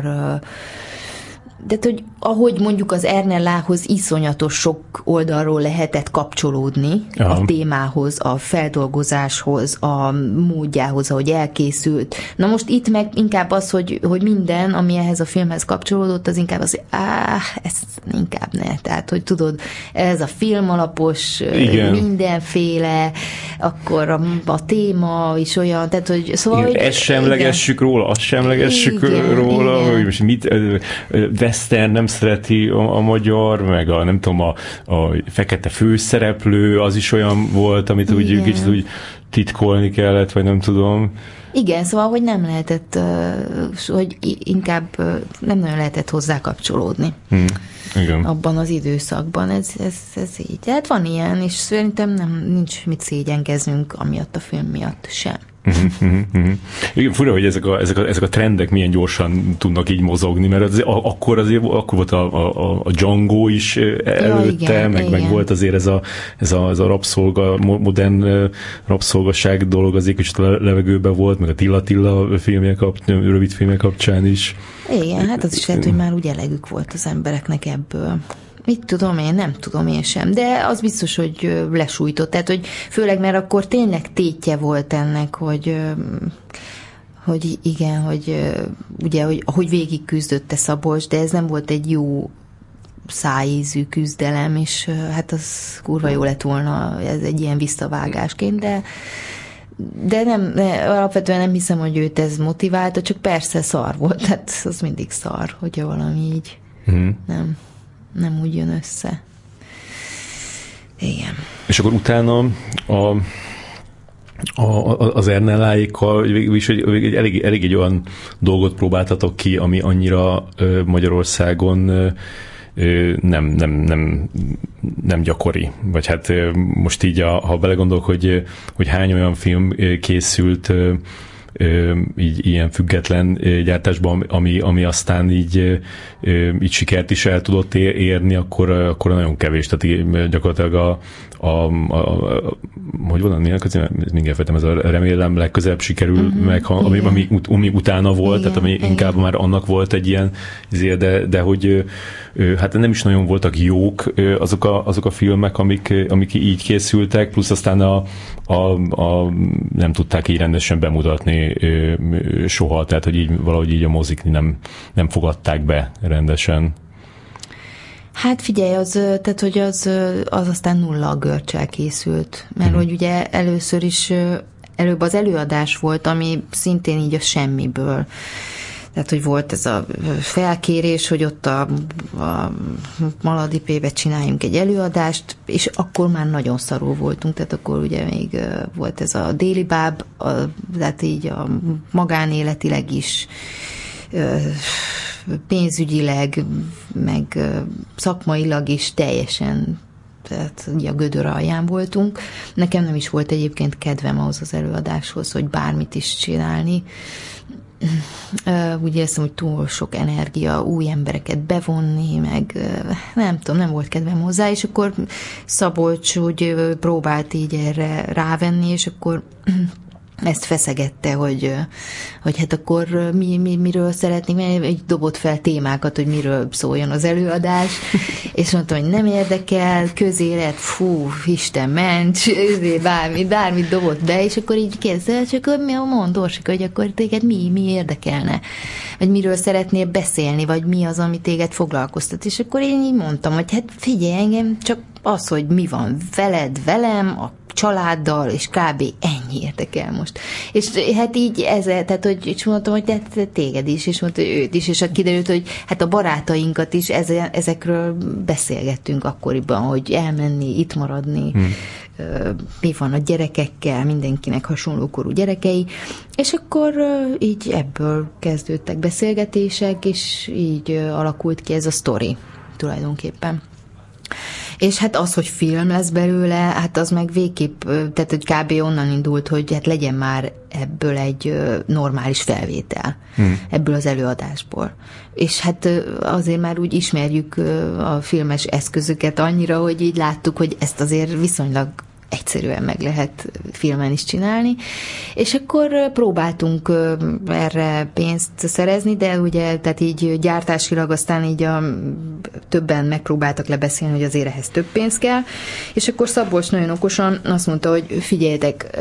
de hogy ahogy mondjuk az Ernellához iszonyatos sok oldalról lehetett kapcsolódni, a témához, a feldolgozáshoz, a módjához, ahogy elkészült. Na most itt meg inkább az, hogy minden, ami ehhez a filmhez kapcsolódott, az inkább az, ez inkább ne. Tehát, hogy tudod, ez a filmalapos, mindenféle, akkor a téma is olyan, tehát, hogy szóval, igen, ezt semlegessük róla, azt semlegessük róla, hogy most mit western nem szereti a magyar, meg nem tudom, a fekete főszereplő, az is olyan volt, amit úgy kicsit úgy titkolni kellett, vagy nem tudom. Igen, szóval, hogy nem lehetett, hogy inkább nem nagyon lehetett hozzá kapcsolódni. Igen. Abban az időszakban. Ez így. Tehát van ilyen, és szerintem nincs mit szégyenkeznünk amiatt a film miatt sem. Igen, fura, hogy ezek a trendek milyen gyorsan tudnak így mozogni, mert akkor volt a Django is előtte, meg volt azért ez a rabszolga, modern rabszolgaság dolog azért kicsit a levegőben volt, meg a Tilla rövid filmje kapcsán is. Igen, hát az is lehet, hogy már úgy elegük volt az embereknek ebből. Mit tudom én, nem tudom én sem, de az biztos, hogy lesújtott. Tehát, hogy főleg, mert akkor tényleg tétje volt ennek, hogy igen, hogy ugye, hogy végig küzdötte Szabolcs, de ez nem volt egy jó szájízű küzdelem, és hát az kurva jó lett volna ez egy ilyen visszavágásként, de alapvetően nem hiszem, hogy őt ez motiválta, csak persze szar volt, tehát az mindig szar, hogyha valami így nem úgy jön össze. Igen. És akkor utána az Ernelláékkal is elég egy olyan dolgot próbáltatok ki, ami annyira Magyarországon nem gyakori. Vagy hát most így, ha belegondolok, hogy hány olyan film készült így ilyen független gyártásban, ami aztán így sikert is el tudott érni, akkor nagyon kevés. Tehát gyakorlatilag hogy van, mindjárt fejtem, ez a remélem legközelebb sikerül meg, ami utána volt, igen, tehát ami inkább már annak volt egy ilyen, de hogy hát nem is nagyon voltak jók azok a filmek, amik így készültek, plusz aztán nem tudták így rendesen bemutatni soha, tehát hogy így valahogy így a mozik nem fogadták be rendesen. Hát figyelj, tehát hogy az aztán nulla a görcsel készült, mert hogy ugye először is előbb az előadás volt, ami szintén így a semmiből. Tehát, hogy volt ez a felkérés, hogy ott a Maladipébe csináljunk egy előadást, és akkor már nagyon szarul voltunk, tehát akkor ugye még volt ez a Déli Báb, tehát így a magánéletileg is, pénzügyileg, meg szakmailag is teljesen, tehát ugye a gödör alján voltunk. Nekem nem is volt egyébként kedvem ahhoz az előadáshoz, hogy bármit is csinálni. Úgy éreztem, hogy túl sok energia, új embereket bevonni, meg nem tudom, nem volt kedvem hozzá, és akkor Szabolcs úgy próbált így erre rávenni, és akkor ezt feszegette, hogy hát akkor miről szeretnénk, egy dobott fel témákat, hogy miről szóljon az előadás, és mondtam, hogy nem érdekel, közélet, Isten ments, bármit dobott be, és akkor így kérdezte, csak mondd, Orsika, hogy akkor téged mi érdekelne, vagy miről szeretnél beszélni, vagy mi az, ami téged foglalkoztat, és akkor én így mondtam, hogy hát figyelj, engem csak az, hogy mi van velem, a családdal, és kb. Ennyi érdekel most. És hát így ezzel, tehát hogy és mondtam, hogy de téged is, és mondta, hogy őt is, és kiderült, hogy hát a barátainkat is ezekről beszélgettünk akkoriban, hogy elmenni, itt maradni, mi van a gyerekekkel, mindenkinek hasonlókorú gyerekei, és akkor így ebből kezdődtek beszélgetések, és így alakult ki ez a sztori tulajdonképpen. És hát az, hogy film lesz belőle, hát az meg végképp, tehát hogy kb. Onnan indult, hogy hát legyen már ebből egy normális felvétel, ebből az előadásból. És hát azért már úgy ismerjük a filmes eszközöket annyira, hogy így láttuk, hogy ezt azért viszonylag egyszerűen meg lehet filmen is csinálni, és akkor próbáltunk erre pénzt szerezni, de ugye, tehát így gyártásilag aztán így többen megpróbáltak lebeszélni, hogy azért ehhez több pénz kell, és akkor Szabolcs nagyon okosan azt mondta, hogy figyeljetek,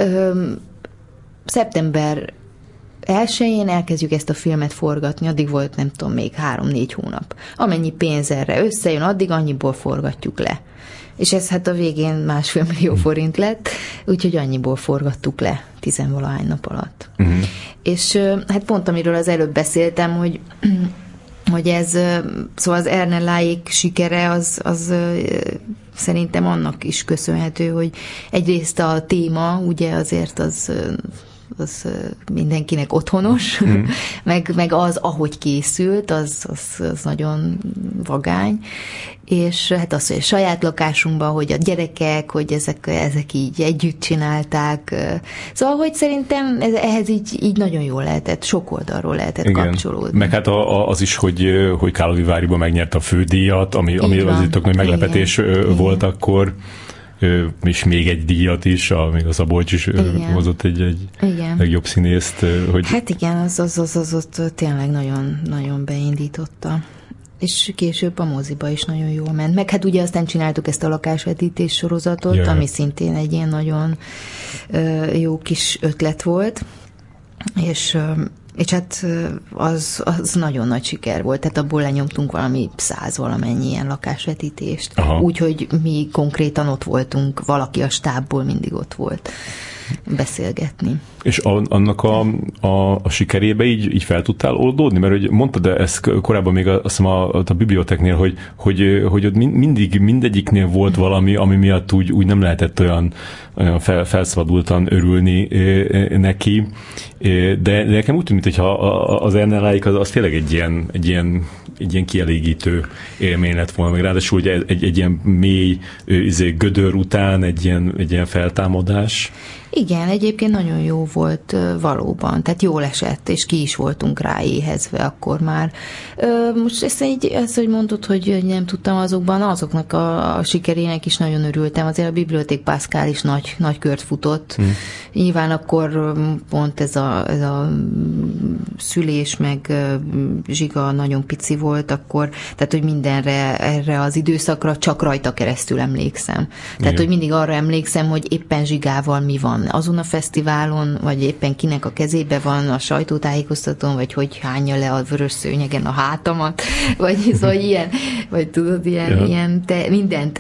szeptember 1-én elkezdjük ezt a filmet forgatni, addig volt nem tudom, még 3-4 hónap. Amennyi pénz erre összejön, addig annyiból forgatjuk le. És ez hát a végén 1,5 millió forint lett, úgyhogy annyiból forgattuk le 10-valahány nap alatt. És hát pont amiről az előbb beszéltem, hogy ez, szóval az Ernelláék sikere az szerintem annak is köszönhető, hogy egyrészt a téma, ugye azért az mindenkinek otthonos, meg az, ahogy készült, az nagyon vagány, és hát az, hogy a saját lakásunkban, hogy a gyerekek, hogy ezek így együtt csinálták. Szóval, hogy szerintem ehhez így nagyon jól lehetett, sok oldalról lehetett kapcsolódni. Meg hát az is, hogy Káloviváriban megnyerte a fődíjat, ami azért tök nagy meglepetés volt akkor, és még egy díjat is, még a Szabolcs is hozott egy legjobb színészt. Hogy... Hát igen, az ott tényleg nagyon, nagyon beindította. És később a moziba is nagyon jól ment. Meg hát ugye aztán csináltuk ezt a lakásvetítés sorozatot, ami szintén egy ilyen nagyon jó kis ötlet volt, és hát az nagyon nagy siker volt, tehát abból lenyomtunk valami 100 valamennyi ilyen lakásvetítést. Úgyhogy mi konkrétan ott voltunk, valaki a stábból mindig ott volt beszélgetni. És annak a sikerébe így fel tudtál oldódni? Mert hogy mondtad, de ezt korábban még azt hiszem a biblioteknél, hogy ott mindig mindegyiknél volt valami, ami miatt úgy nem lehetett olyan felszabadultan örülni neki, de nekem úgy tűnt, mintha az Ernelláék az tényleg egy ilyen ilyen kielégítő élmény lett volna, meg ráadásul ugye egy ilyen mély gödör után egy ilyen feltámadás. Igen, egyébként nagyon jó volt valóban, tehát jól esett, és ki is voltunk rá éhezve akkor már. Most ezt, hogy mondod, hogy nem tudtam azoknak a sikerének is nagyon örültem. Azért a Bibliothèque Pascal is nagy kört futott. Nyilván akkor pont ez a szülés, meg Zsiga nagyon pici volt akkor, tehát hogy mindenre, erre az időszakra csak rajta keresztül emlékszem. Tehát, hogy mindig arra emlékszem, hogy éppen Zsigával mi van azon a fesztiválon, vagy éppen kinek a kezébe van a sajtótájékoztatón, vagy hogy hányja le a vörös szőnyegen a hátamat, vagy szóval ilyen, vagy tudod, ilyen mindent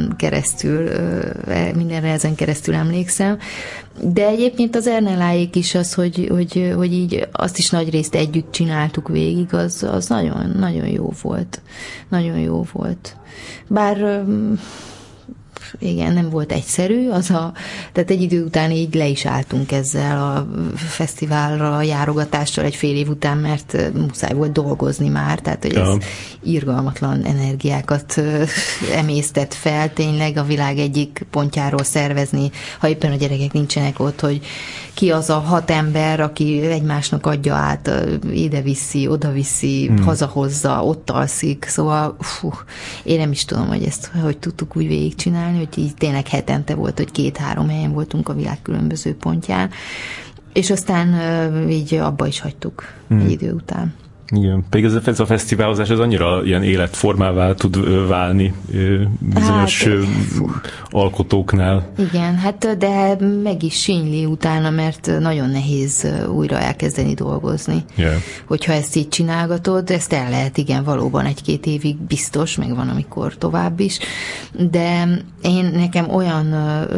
mindenre ezen keresztül emlékszem. De egyébként az Ernelláék is az, hogy így azt is nagy részt együtt csináltuk végig, az nagyon, nagyon jó volt. Nagyon jó volt. Bár igen, nem volt egyszerű, tehát egy idő után így le is álltunk ezzel a fesztiválra, járogatással egy fél év után, mert muszáj volt dolgozni már, tehát hogy ez irgalmatlan energiákat emésztett fel, tényleg a világ egyik pontjáról szervezni, ha éppen a gyerekek nincsenek ott, hogy ki az a 6 ember, aki egymásnak adja át, ide-viszi, oda-viszi, hazahozza, ott alszik, szóval én nem is tudom, hogy ezt hogy tudtuk úgy végigcsinálni, hogy így tényleg hetente volt, hogy 2-3 helyen voltunk a világ különböző pontján, és aztán így abba is hagytuk egy idő után. Igen, pedig ez a fesztiválozás az annyira ilyen életformává tud válni bizonyos alkotóknál. Igen, hát de meg is sínyli utána, mert nagyon nehéz újra elkezdeni dolgozni. Yeah. Hogyha ezt így csinálgatod, ezt el lehet, igen, valóban 1-2 évig biztos, meg van, amikor tovább is, de nekem olyan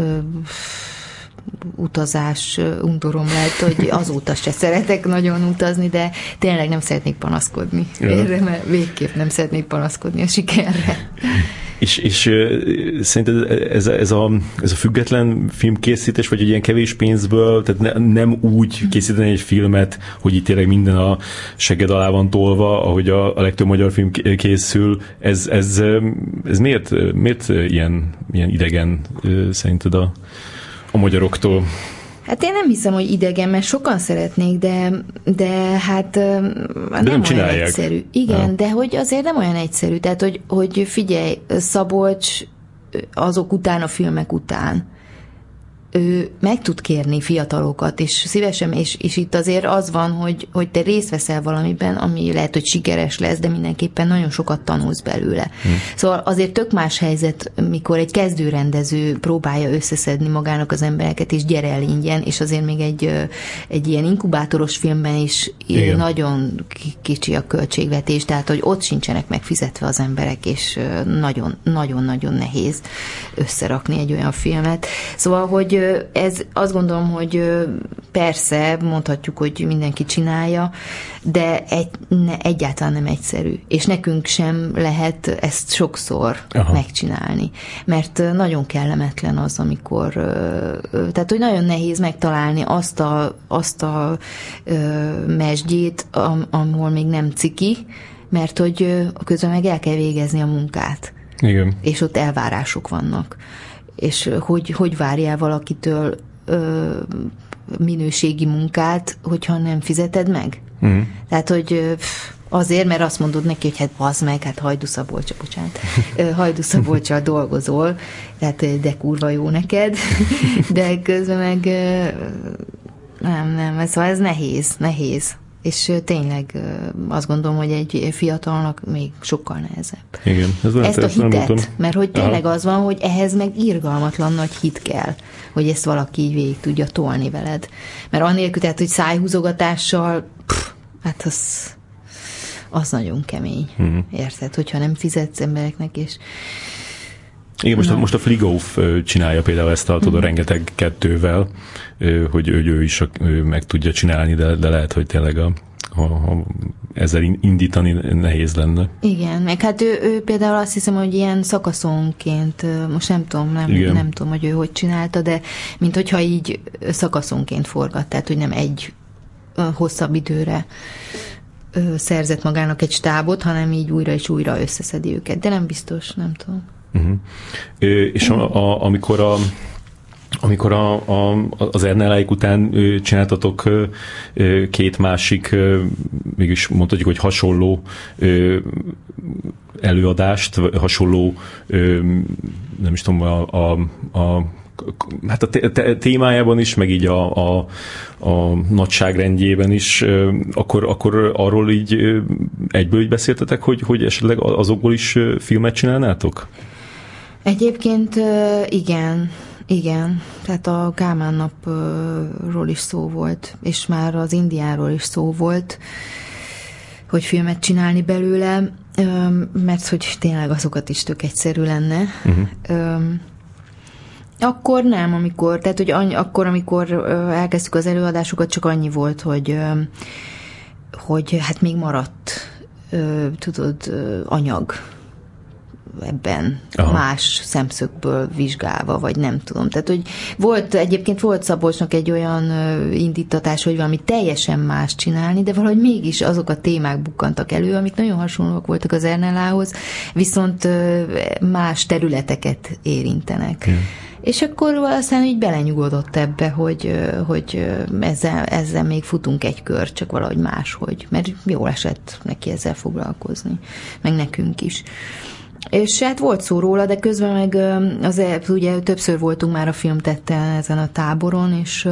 utazás undorom lett, hogy azóta se szeretek nagyon utazni, de tényleg nem szeretnék panaszkodni. Erre, mert végképp nem szeretnék panaszkodni a sikerre. És szerinted ez a független filmkészítés, vagy egy ilyen kevés pénzből, tehát nem úgy készíteni egy filmet, hogy itt tényleg minden a seged alá van tolva, ahogy a legtöbb magyar film készül, ez miért ilyen idegen szerinted a magyaroktól? Hát én nem hiszem, hogy idegen, mert sokan szeretnék, de hát nem olyan egyszerű. Igen, de hogy azért nem olyan egyszerű. Tehát, hogy figyelj, Szabolcs azok után, a filmek után ő meg tud kérni fiatalokat, és szívesen, és itt azért az van, hogy te részt veszel valamiben, ami lehet, hogy sikeres lesz, de mindenképpen nagyon sokat tanulsz belőle. Szóval azért tök más helyzet, mikor egy kezdőrendező próbálja összeszedni magának az embereket, és gyere el ingyen, és azért még egy ilyen inkubátoros filmben is nagyon kicsi a költségvetés, tehát, hogy ott sincsenek megfizetve az emberek, és nagyon-nagyon nehéz összerakni egy olyan filmet. Szóval, hogy ez azt gondolom, hogy persze mondhatjuk, hogy mindenki csinálja, de egyáltalán nem egyszerű. És nekünk sem lehet ezt sokszor megcsinálni. Mert nagyon kellemetlen az, amikor tehát, hogy nagyon nehéz megtalálni azt a mesdjét, ahol még nem ciki, mert hogy közben meg el kell végezni a munkát. Igen. És ott elvárások vannak. És hogy várjál valakitől minőségi munkát, hogyha nem fizeted meg? Tehát, hogy azért, mert azt mondod neki, hogy hát bazd meg, hát Hajdú-Szabolccsal dolgozol, tehát de kurva jó neked, de közben meg nem, szóval ez nehéz. És tényleg azt gondolom, hogy egy fiatalnak még sokkal nehezebb. Igen, ezt a hitet, mert hogy tényleg az van, hogy ehhez meg irgalmatlan nagy hit kell, hogy ezt valaki így végig tudja tolni veled. Mert annélkül, tehát, hogy szájhúzogatással, hát az nagyon kemény. Érted? Hogyha nem fizetsz embereknek, és igen, most a Flieghoff csinálja például ezt a rengeteg kettővel, hogy ő is meg tudja csinálni, de lehet, hogy tényleg ha ezzel indítani nehéz lenne. Igen, meg hát ő például azt hiszem, hogy ilyen szakaszonként, most nem tudom, hogy ő hogy csinálta, de mint hogyha így szakaszonként forgat, tehát hogy nem egy hosszabb időre szerzett magának egy stábot, hanem így újra és újra összeszedi őket. De nem biztos, nem tudom. És amikor az Ernelláik után csináltatok két másik, mégis mondhatjuk, hogy hasonló előadást, hasonló, nem is tudom, hát a témájában is, meg így a nagyságrendjében is, akkor arról így egyből így beszéltetek, hogy esetleg azokból is filmet csinálnátok? Egyébként igen. Tehát a Kálmán napról is szó volt, és már az Indiáról is szó volt, hogy filmet csinálni belőle, mert hogy tényleg azokat is tök egyszerű lenne. Akkor nem, amikor elkezdtük az előadásokat, csak annyi volt, hogy hát még maradt, anyag ebben. Aha. Más szemszögből vizsgálva, vagy nem tudom. Tehát, hogy egyébként volt Szabolcsnak egy olyan indítatás, hogy valami teljesen más csinálni, de valahogy mégis azok a témák bukkantak elő, amik nagyon hasonlóak voltak az Ernellához, viszont más területeket érintenek. Ja. És akkor aztán így belenyugodott ebbe, hogy ezzel még futunk egy kört, csak valahogy máshogy, mert jól esett neki ezzel foglalkozni, meg nekünk is. És hát volt szó róla, de közben meg ugye többször voltunk már a Filmtetten ezen a táboron,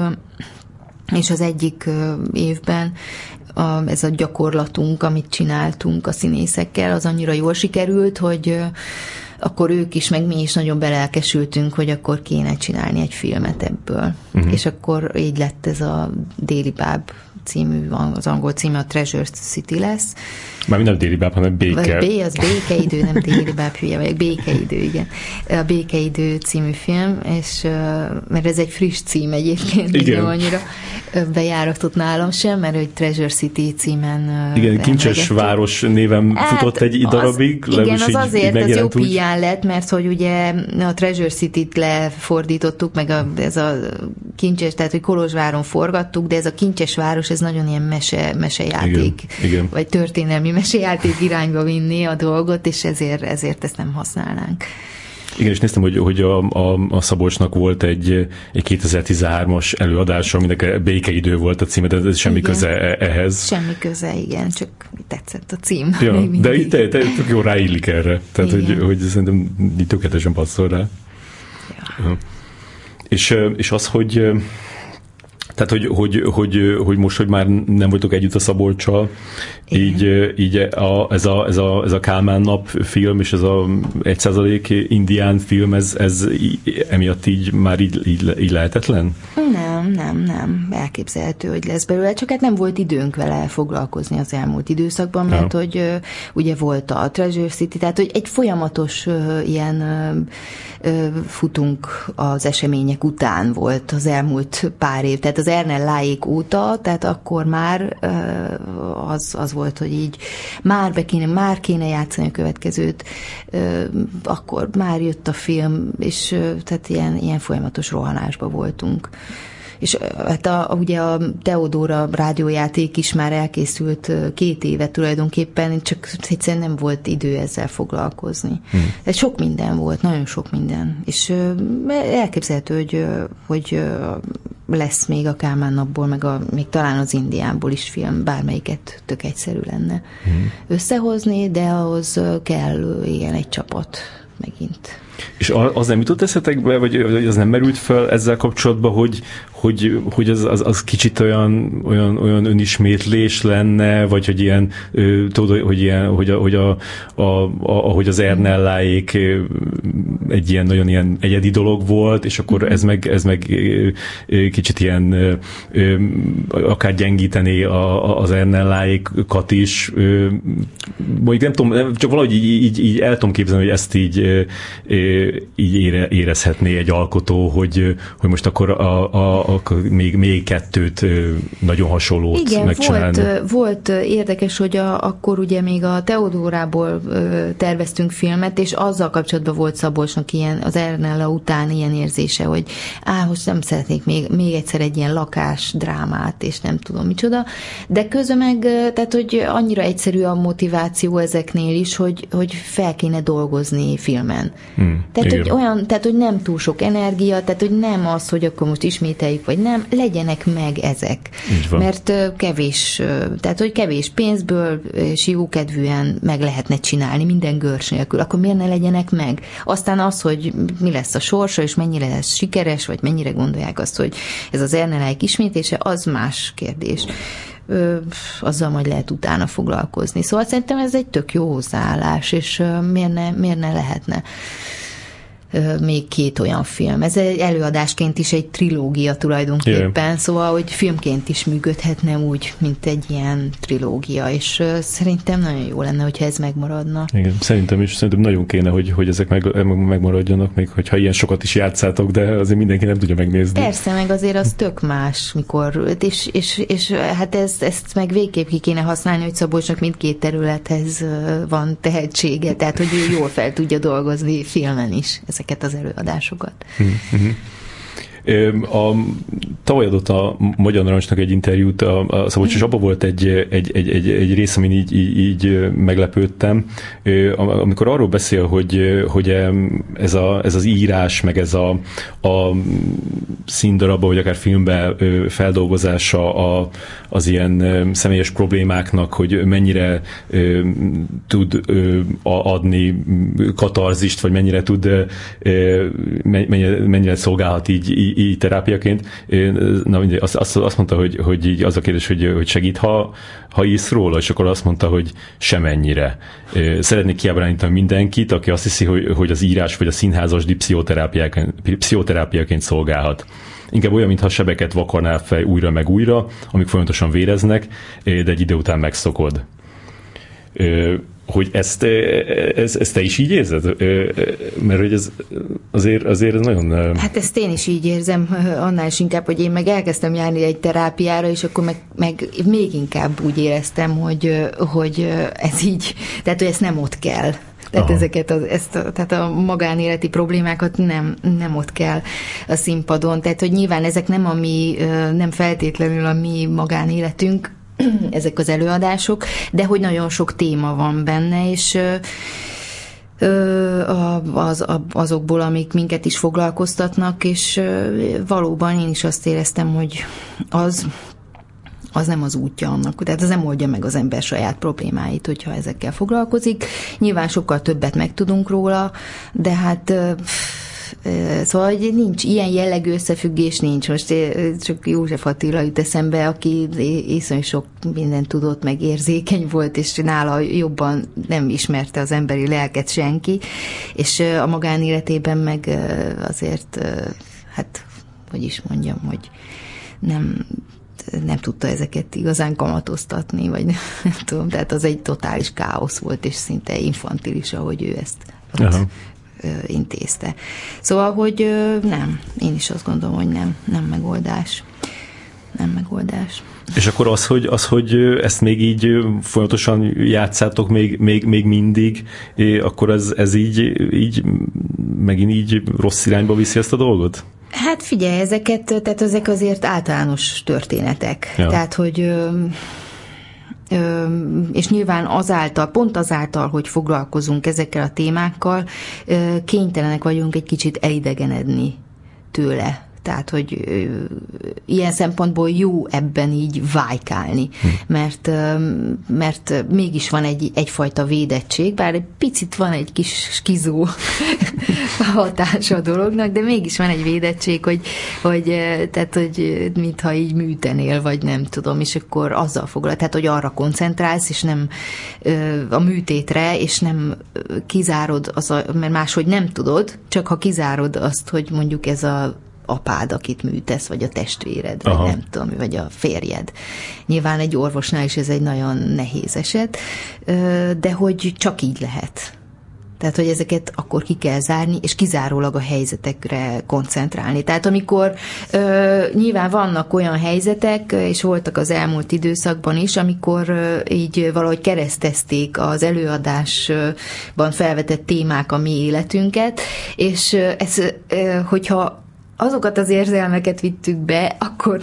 és az egyik évben ez a gyakorlatunk, amit csináltunk a színészekkel, az annyira jól sikerült, hogy akkor ők is, meg mi is nagyon belelkesültünk, hogy akkor kéne csinálni egy filmet ebből. És akkor így lett ez a Déli Báb című, az angol címe a Treasure City lesz. Már nem Déli Báb, hanem Béke. Az Békeidő, nem Déli Báb, hülye vagyok. Békeidő, igen. A Békeidő című film, és mert ez egy friss cím egyébként, nem annyira bejáratott nálam sem, mert hogy Treasure City címen igen, Kincses város néven futott egy darabig. Igen, az azért, az jó pián lett, mert hogy ugye a Treasure City-t lefordítottuk, meg ez a Kincses, tehát hogy Kolozsváron forgattuk, de ez a Kincses város, ez nagyon ilyen mesejáték, igen. Vagy történelmi mesejáték irányba vinni a dolgot, és ezért ezt nem használnánk. Igen, és néztem, hogy a Szabolcsnak volt egy 2013-as előadása, aminek Békeidő volt a címe, de ez semmi köze ehhez. Semmi köze, igen, csak tetszett a cím. Ja, de itt tök jól ráillik erre, tehát hogy szerintem tökéletesen passzol rá. Ja. És az, hogy tehát, hogy most, hogy már nem vagytok együtt a Szabolccsal, így ez a Kálmán nap film, és ez a 1% indián film, ez emiatt így már így lehetetlen? Nem. Elképzelhető, hogy lesz belőle, csak hát nem volt időnk vele foglalkozni az elmúlt időszakban, mert hogy ugye volt a Treasure City, tehát hogy egy folyamatos ilyen futunk az események után volt az elmúlt pár év, tehát az Ernelláék óta, tehát akkor már az volt, hogy így már kéne játszani a következőt, akkor már jött a film, és tehát ilyen folyamatos rohanásba voltunk. És hát ugye a Teodóra rádiójáték is már elkészült 2 éve tulajdonképpen, csak egyszerűen nem volt idő ezzel foglalkozni. Tehát sok minden volt, nagyon sok minden. És elképzelhető, hogy lesz még a Kálmán napból, meg még talán az Indiából is film, bármelyiket tök egyszerű lenne összehozni, de ahhoz kell egy csapat megint. És az nem jutott eszetekbe, vagy az nem merült fel ezzel kapcsolatban, hogy az kicsit olyan önismétlés lenne, vagy hogy ilyen, tudod, ahogy az Ernelláék egy ilyen nagyon ilyen egyedi dolog volt, és akkor ez meg kicsit ilyen akár gyengíteni az Ernelláékat is. Mondjuk nem tudom, csak valahogy így el tudom képzelni, hogy ezt így így érezhetné egy alkotó, hogy most akkor még kettőt nagyon hasonlót igen, megcsinálni. Volt érdekes, hogy akkor ugye még a Teodórából terveztünk filmet, és azzal kapcsolatban volt Szabolcsnak ilyen, az Ernella után ilyen érzése, hogy most nem szeretnék még egyszer egy ilyen lakásdrámát, és nem tudom micsoda, de közben meg, tehát, hogy annyira egyszerű a motiváció ezeknél is, hogy fel kéne dolgozni filmen. Tehát, hogy nem túl sok energia, tehát, hogy nem az, hogy akkor most ismételjük, vagy nem, legyenek meg ezek. Mert tehát, hogy kevés pénzből és jókedvűen meg lehetne csinálni, minden görcs nélkül, akkor miért ne legyenek meg? Aztán az, hogy mi lesz a sorsa, és mennyire lesz sikeres, vagy mennyire gondolják azt, hogy ez az Ernelláik ismétése, az más kérdés. Azzal majd lehet utána foglalkozni. Szóval szerintem ez egy tök jó hozzáállás, és miért ne lehetne még két olyan film. Ez egy előadásként is egy trilógia tulajdonképpen, szóval, hogy filmként is működhetne úgy, mint egy ilyen trilógia, és szerintem nagyon jó lenne, hogyha ez megmaradna. Igen, szerintem nagyon kéne, hogy ezek megmaradjanak, még hogyha ilyen sokat is játszátok, de azért mindenki nem tudja megnézni. Persze, meg azért az tök más, mikor, és hát ezt meg végképp ki kéne használni, hogy Szabolcsnak mindkét területhez van tehetsége, tehát, hogy ő jól fel tudja dolgozni filmen is ezeket az előadásokat. Tavaly adott a Magyar Narancsnak egy interjút a Szabolcs, és abban volt egy rész, amin így meglepődtem, amikor arról beszél, hogy ez az írás, meg ez a színdarabba, vagy akár filmbe feldolgozása az ilyen személyes problémáknak, hogy mennyire tud adni katarzist, vagy mennyire tud mennyire szolgálhat így terápiaként. Na, azt mondta, hogy így az a kérdés, hogy segít, ha írsz róla, és akkor azt mondta, hogy semennyire. Szeretnék kiábránítani mindenkit, aki azt hiszi, hogy az írás vagy a színházasdi pszichoterápiaként szolgálhat. Inkább olyan, mintha sebeket vakarnál fel újra meg újra, amik folyamatosan véreznek, de egy idő után megszokod. Hogy ezt te is így érzed? Mert hogy ez azért ez nagyon... Hát ezt én is így érzem, annál is inkább, hogy én meg elkezdtem járni egy terápiára, és akkor meg még inkább úgy éreztem, hogy ez így, tehát hogy ezt nem ott kell. Tehát tehát a magánéleti problémákat nem ott kell a színpadon. Tehát, hogy nyilván ezek nem feltétlenül a mi magánéletünk, ezek az előadások, de hogy nagyon sok téma van benne, és azokból, amik minket is foglalkoztatnak, és valóban én is azt éreztem, hogy az nem az útja annak, tehát az nem oldja meg az ember saját problémáit, hogyha ezekkel foglalkozik. Nyilván sokkal többet megtudunk róla, de hát szóval, hogy nincs ilyen jellegű összefüggés, nincs. Most csak József Attila jut eszembe, aki iszonyú sok mindent tudott, meg érzékeny volt, és nála jobban nem ismerte az emberi lelket senki, és a magánéletében meg azért, hát, hogy is mondjam, hogy nem tudta ezeket igazán kamatoztatni, vagy nem tudom, tehát az egy totális káosz volt, és szinte infantilis, ahogy ő ezt intézte. Szóval, hogy nem, én is azt gondolom, hogy nem megoldás. Nem megoldás. És akkor az, hogy ezt még így folyamatosan játszátok még mindig, akkor ez így megint így rossz irányba viszi ezt a dolgot? Hát figyelj, tehát ezek azért általános történetek. Ja. Tehát, hogy és nyilván pont azáltal, hogy foglalkozunk ezekkel a témákkal, kénytelenek vagyunk egy kicsit elidegenedni tőle. Tehát, hogy ilyen szempontból jó ebben így vájkálni, mert mégis van egyfajta védettség, bár egy picit van egy kis skizó hatása a dolognak, de mégis van egy védettség, hogy mintha így műtenél, vagy nem tudom, és akkor azzal foglal, tehát, hogy arra koncentrálsz, és nem a műtétre, és nem kizárod, mert máshogy nem tudod, csak ha kizárod azt, hogy mondjuk ez a apád, akit műtesz, vagy a testvéred, vagy nem tudom, vagy a férjed. Nyilván egy orvosnál is ez egy nagyon nehéz eset, de hogy csak így lehet. Tehát, hogy ezeket akkor ki kell zárni, és kizárólag a helyzetekre koncentrálni. Tehát amikor nyilván vannak olyan helyzetek, és voltak az elmúlt időszakban is, amikor így valahogy keresztezték az előadásban felvetett témák a mi életünket, és ez, hogyha azokat az érzelmeket vittük be, akkor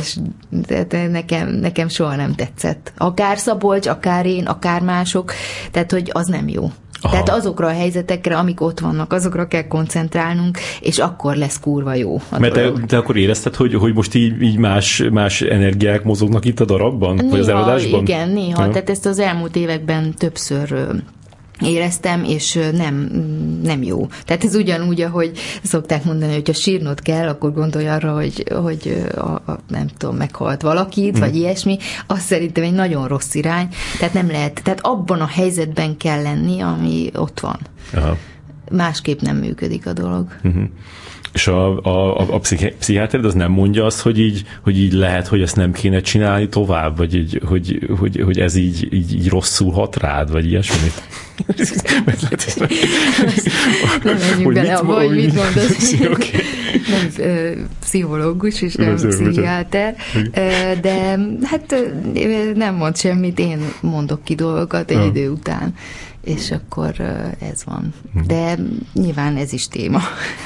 nekem soha nem tetszett. Akár Szabolcs, akár én, akár mások, tehát hogy az nem jó. Aha. Tehát azokra a helyzetekre, amik ott vannak, azokra kell koncentrálnunk, és akkor lesz kurva jó. Mert te akkor érezted, hogy most így más energiák mozognak itt a darabban? Néha, vagy az előadásban? Igen, néha. Ja. Tehát ezt az elmúlt években többször éreztem, és nem jó. Tehát ez ugyanúgy, ahogy szokták mondani, hogy ha sírnod kell, akkor gondolj arra, hogy nem tudom, meghalt valakit, vagy ilyesmi. Az szerintem egy nagyon rossz irány. Tehát nem lehet, tehát abban a helyzetben kell lenni, ami ott van. Aha. Másképp nem működik a dolog. Uh-huh. És a pszichiáter az nem mondja azt, hogy így lehet, hogy ezt nem kéne csinálni tovább, vagy így, hogy ez így rosszul hat rád, vagy ilyesmit? Nem menjünk bele abba, hogy mit mondasz. Okay. Nem pszichológus, és nem pszichiáter, de hát nem mond semmit, én mondok ki dolgokat egy idő után. És akkor ez van. De nyilván ez is téma.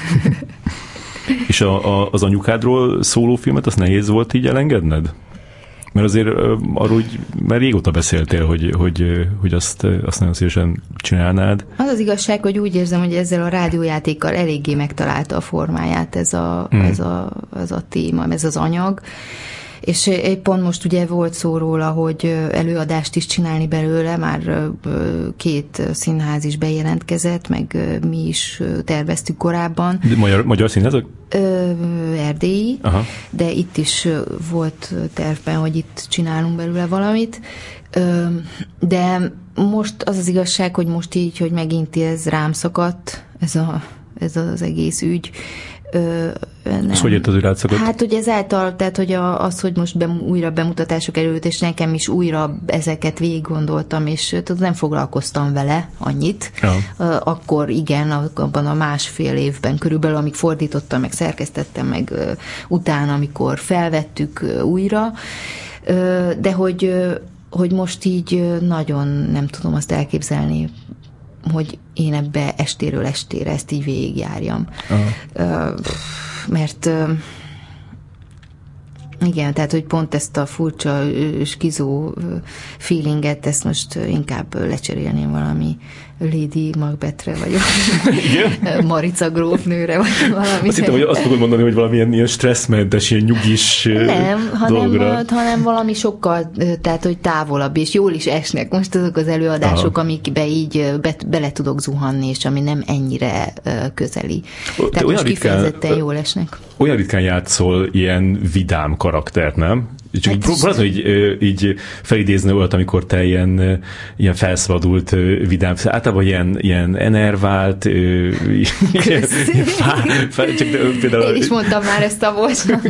És az anyukádról szóló filmet, azt nehéz volt így elengedned? Mert azért arról már régóta beszéltél, hogy azt nagyon szívesen csinálnád. Az az igazság, hogy úgy érzem, hogy ezzel a rádiójátékkal eléggé megtalálta a formáját ez a téma, ez az anyag. És pont most ugye volt szó róla, hogy előadást is csinálni belőle, már 2 színház is bejelentkezett, meg mi is terveztük korábban. Magyar színházak? Erdélyi, aha. De itt is volt tervben, hogy itt csinálunk belőle valamit. De most az az igazság, hogy most így, hogy megint ez rám szakadt, ez az egész ügy. Ez hogy jött az irátszakot? Hát, hogy ezáltal, tehát, hogy hogy most újra bemutatások előtt, és nekem is újra ezeket végig gondoltam, és nem foglalkoztam vele annyit. Ja. Akkor igen, abban a 1,5 évben körülbelül, amíg fordítottam, meg szerkesztettem, meg utána, amikor felvettük újra, de hogy most így nagyon nem tudom azt elképzelni, hogy én ebbe estéről estére ezt így végigjárjam. Mert igen, tehát, hogy pont ezt a furcsa skizó feelinget, ezt most inkább lecserélném valami Lady Macbethre, vagy Marica grófnőre, vagy valami. Azt hittem, hogy azt fogod mondani, hogy valamilyen ilyen stresszmentes, ilyen nyugis dolgra. hanem valami sokkal, tehát, hogy távolabb, és jól is esnek most azok az előadások, amikbe így bele tudok zuhanni, és ami nem ennyire közeli. Tehát most kifejezetten jól esnek. Olyan ritkán játszol ilyen vidám karaktert, nem? Csak így felidézni olyat, amikor te ilyen felszabadult vidám, általában ilyen enervált, például... Én is mondtam már ezt a Szabolcsnak.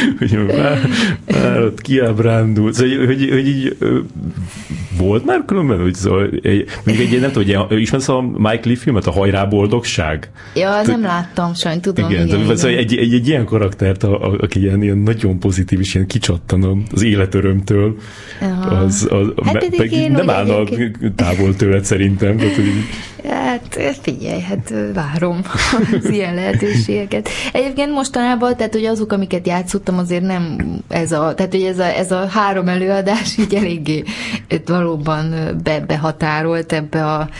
Ott kiábrándult. Szóval, hogy így volt már különben, hogy mondjuk egy nem tudom, hogy ismersz a Mike Leigh filmet, a Hajrá boldogság? Ja, nem láttam, sajnos tudom. Igen. Szóval egy ilyen karaktert, aki ilyen nagyon pozitív, és ilyen kicsattan az életörömtől, az nem állna távol tőled szerintem. Tehát, hogy... Hát figyelj, várom az ilyen lehetőségeket. Egyébként mostanában, tehát hogy azok, amiket játszottam, azért nem tehát hogy ez a 3 előadás így eléggé valóban behatárolt ebbe a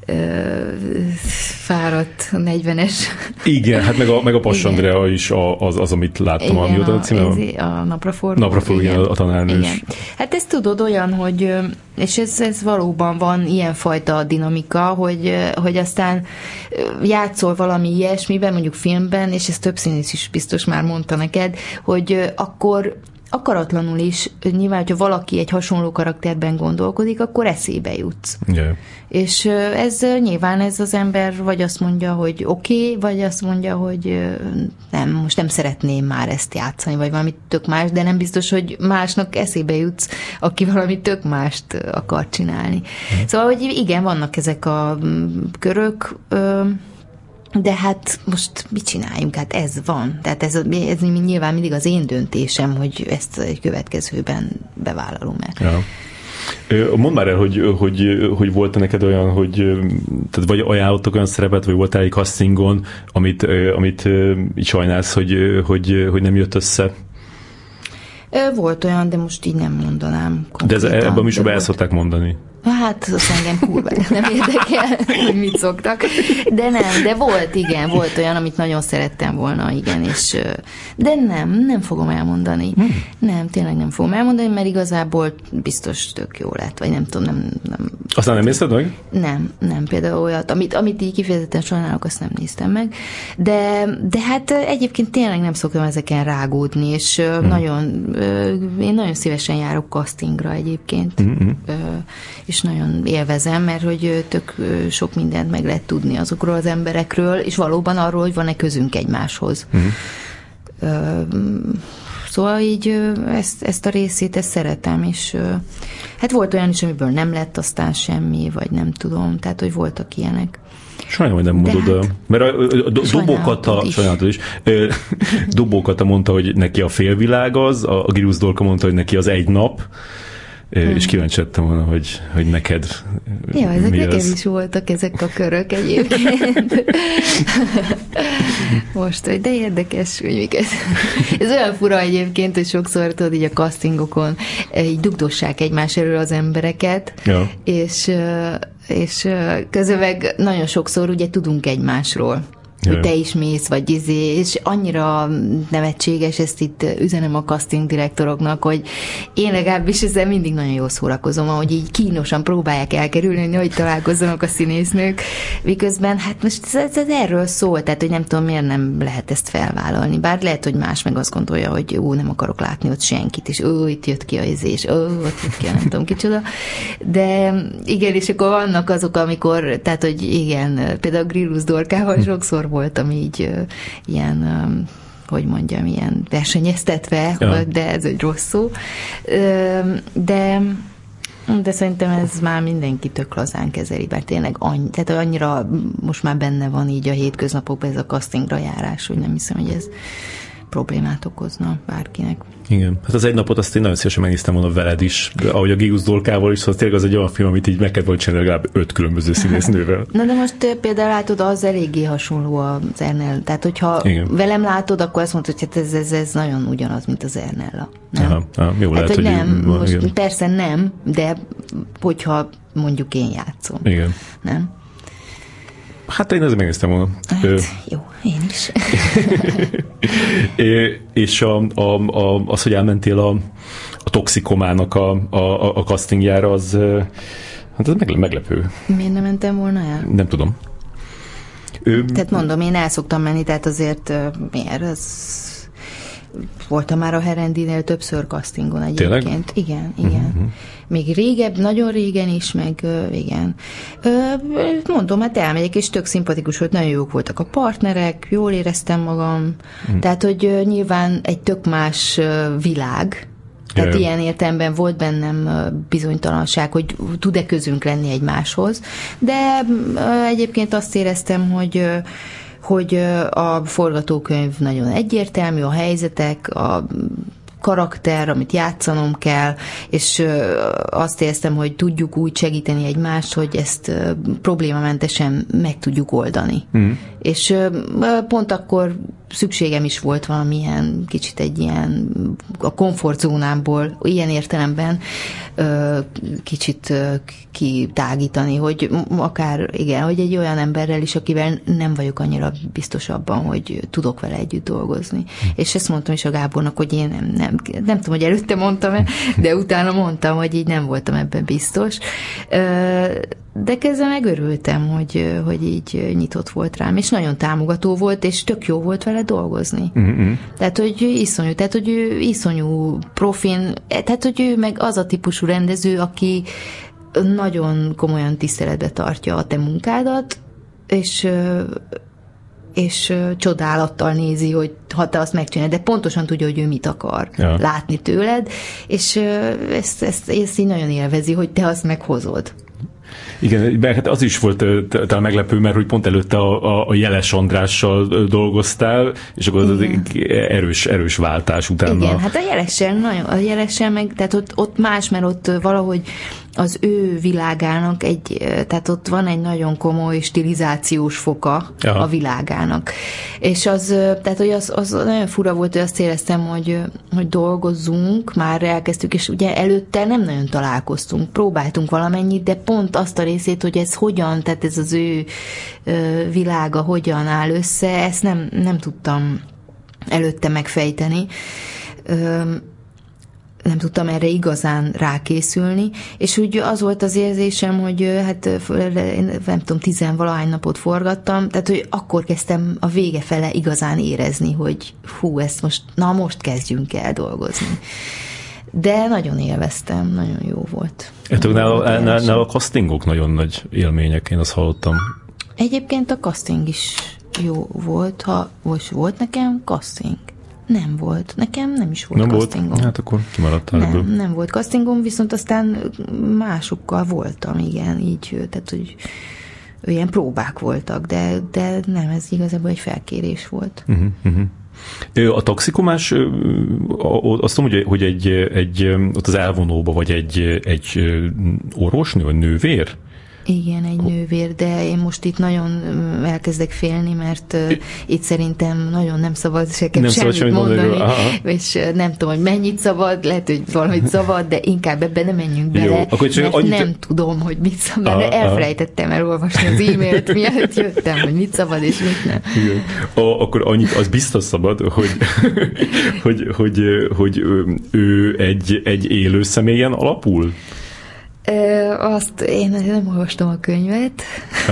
fáradt 40-es. Igen, hát meg a Pass Andrea is az, amit láttam, ami volt a címe. A Napraforgó. Napraforgó, igen, a tanárnő is. Hát ezt tudod olyan, hogy és ez valóban van ilyenfajta dinamika, hogy aztán játszol valami ilyesmiben, mondjuk filmben, és ezt több színész is biztos már mondta neked, hogy akkor akaratlanul is, nyilván, hogyha valaki egy hasonló karakterben gondolkodik, akkor eszébe jutsz. Yeah. És ez nyilván ez az ember vagy azt mondja, hogy oké, vagy azt mondja, hogy nem, most nem szeretném már ezt játszani, vagy valami tök más, de nem biztos, hogy másnak eszébe jutsz, aki valami tök mást akar csinálni. Szóval, hogy igen, vannak ezek a körök, de hát most mit csináljunk? Hát ez van. Tehát ez nyilván mindig az én döntésem, hogy ezt egy következőben bevállalom-e. Ja. Mondd már el, hogy volt neked olyan, hogy tehát vagy ajánlottak olyan szerepet, vagy voltál egy castingon, amit így sajnálsz, hogy nem jött össze? Volt olyan, de most így nem mondanám konkrétan. De ebben a műsorban el szokták mondani. Hát, azt engem kurva nem érdekel, hogy mit szoktak. De nem, de volt olyan, amit nagyon szerettem volna, igen, és de nem fogom elmondani. Nem, tényleg nem fogom elmondani, mert igazából biztos tök jó lett, vagy nem tudom, nem. Aztán nem nézted meg? Nem, például olyat, amit így kifejezetten sajnálok, azt nem néztem meg. De hát egyébként tényleg nem szoktam ezeken rágódni, és én nagyon szívesen járok castingra egyébként. És nagyon élvezem, mert hogy tök sok mindent meg lehet tudni azokról az emberekről, és valóban arról, hogy van-e közünk egymáshoz. Szóval így ezt a részét, ezt szeretem, és hát volt olyan is, amiből nem lett aztán semmi, vagy nem tudom, tehát, hogy voltak ilyenek. Sajnálom, hogy nem mondod, mert Dobókata mondta, hogy neki a félvilág az, a Girusz Dorka mondta, hogy neki az egy nap, és kíváncsi lettem volna, hogy neked ezek nekem is voltak ezek a körök egyébként. Most, de érdekes, hogy miket. Ez olyan fura egyébként, hogy sokszor tudod így a castingokon így dugdossák egymás elől az embereket, és közben meg nagyon sokszor ugye tudunk egymásról. Hogy te is mész, vagy és annyira nevetséges, ezt itt üzenem a casting direktoroknak, hogy én legalábbis ezzel mindig nagyon jól szórakozom, ahogy így kínosan próbálják elkerülni, hogy találkozzanak a színésznők, miközben hát most ez erről szól, tehát hogy nem tudom, miért nem lehet ezt felvállalni, bár lehet, hogy más meg azt gondolja, hogy nem akarok látni ott senkit, és itt jött ki a izés, ott jött ki a nem tudom kicsoda, de igen, és akkor vannak azok, amikor, tehát hogy igen, például Girusz Dorkával sokszor voltam így ilyen, hogy mondjam, ilyen versenyeztetve, de ez egy rossz szó. De szerintem ez már mindenki tök lazán kezeli, mert tényleg tehát annyira most már benne van így a hétköznapokban ez a castingra járás, hogy nem hiszem, hogy ez problémát okozna bárkinek. Igen. Hát az egy napot azt én nagyon szívesen megnéztem volna veled is, ahogy a Girusz Dorkával is, szóval tényleg az egy olyan film, amit így meg kellett volna csinálni legalább 5 különböző színésznővel. Na de most például látod, az eléggé hasonló az Ernell. Tehát, hogyha velem látod, akkor azt mondod, hogy hát ez nagyon ugyanaz, mint az Ernella. Nem? Jó, hát, lehet, hogy nem. Most persze nem, de hogyha mondjuk én játszom. Igen. Nem? Hát én ezzel megnéztem volna. Hát, jó, én is. És az, hogy elmentél a Toxikomának a castingjára, az hát ez meglepő. Miért nem mentem volna el? Nem tudom. Tehát mondom, én el szoktam menni, tehát azért miért? Voltam már a Herendinél többször castingon egyébként. Tényleg? Igen. Még régebb, nagyon régen is, meg igen. Mondom, hát elmegyek, és tök szimpatikus volt, nagyon jók voltak a partnerek, jól éreztem magam. Tehát, hogy nyilván egy tök más világ, tehát ilyen értelemben volt bennem bizonytalanság, hogy tud-e közünk lenni egymáshoz, de egyébként azt éreztem, hogy a forgatókönyv nagyon egyértelmű, a helyzetek, a karakter, amit játszanom kell, és azt éreztem, hogy tudjuk úgy segíteni egymást, hogy ezt problémamentesen meg tudjuk oldani. És pont akkor szükségem is volt valamilyen kicsit egy ilyen a komfortzónámból, ilyen értelemben kicsit kitágítani, hogy akár, igen, hogy egy olyan emberrel is, akivel nem vagyok annyira biztos abban, hogy tudok vele együtt dolgozni. És ezt mondtam is a Gábornak, hogy én nem tudom, hogy előtte mondtam-e, de utána mondtam, hogy így nem voltam ebben biztos. De közben megörültem, hogy így nyitott volt rám, és nagyon támogató volt, és tök jó volt vele dolgozni. Tehát, hogy ő iszonyú profin, tehát, hogy ő meg az a típusú rendező, aki nagyon komolyan tiszteletbe tartja a te munkádat, és csodálattal nézi, hogy ha te azt megcsinálod, de pontosan tudja, hogy ő mit akar látni tőled, és ezt így nagyon élvezi, hogy te azt meghozod. Igen, mert hát az is volt talán meglepő, mert hogy pont előtte a Jeles Andrással dolgoztál, és akkor az erős váltás utána. Igen, hát a Jelessel meg, tehát ott más, mert ott valahogy az ő világának tehát ott van egy nagyon komoly stilizációs foka a világának. És tehát, hogy az nagyon fura volt, hogy azt éreztem, hogy dolgozzunk, már elkezdtük, és ugye előtte nem nagyon találkoztunk, próbáltunk valamennyit, de pont azt a részét, hogy ez hogyan, tehát ez az ő világa hogyan áll össze, ezt nem tudtam előtte megfejteni. Nem tudtam erre igazán rákészülni, és úgy az volt az érzésem, hogy hát nem tudom, 10-valahány napot forgattam, tehát hogy akkor kezdtem a vége fele igazán érezni, hogy ezt most kezdjünk el dolgozni. De nagyon élveztem, nagyon jó volt. Nála a castingok nagyon nagy élmények, én azt hallottam. Egyébként a casting is jó volt, most volt nekem casting. Nem volt. Nekem nem is volt castingom. Volt? Hát akkor kimaradtál ebből. Nem volt castingom, viszont aztán másokkal voltam, igen, így, tehát, hogy ilyen próbák voltak, de nem, ez igazából egy felkérés volt. A Toxikomás, azt tudom, hogy ott az elvonóba vagy egy orvosnő, vagy nővér? Igen, egy nővér, de én most itt nagyon elkezdek félni, mert itt szerintem nagyon nem szabad semmit mondani, és nem tudom, hogy mennyit szabad, lehet, hogy valamit szabad, de inkább ebben nem menjünk bele, mert nem tudom, hogy mit szabad, mert elfelejtettem elolvasni az e-mailt, mielőtt jöttem, hogy mit szabad és mit nem. Igen. Akkor annyit, az biztos szabad, hogy ő egy élő személyen alapul? Azt én nem olvastam a könyvet,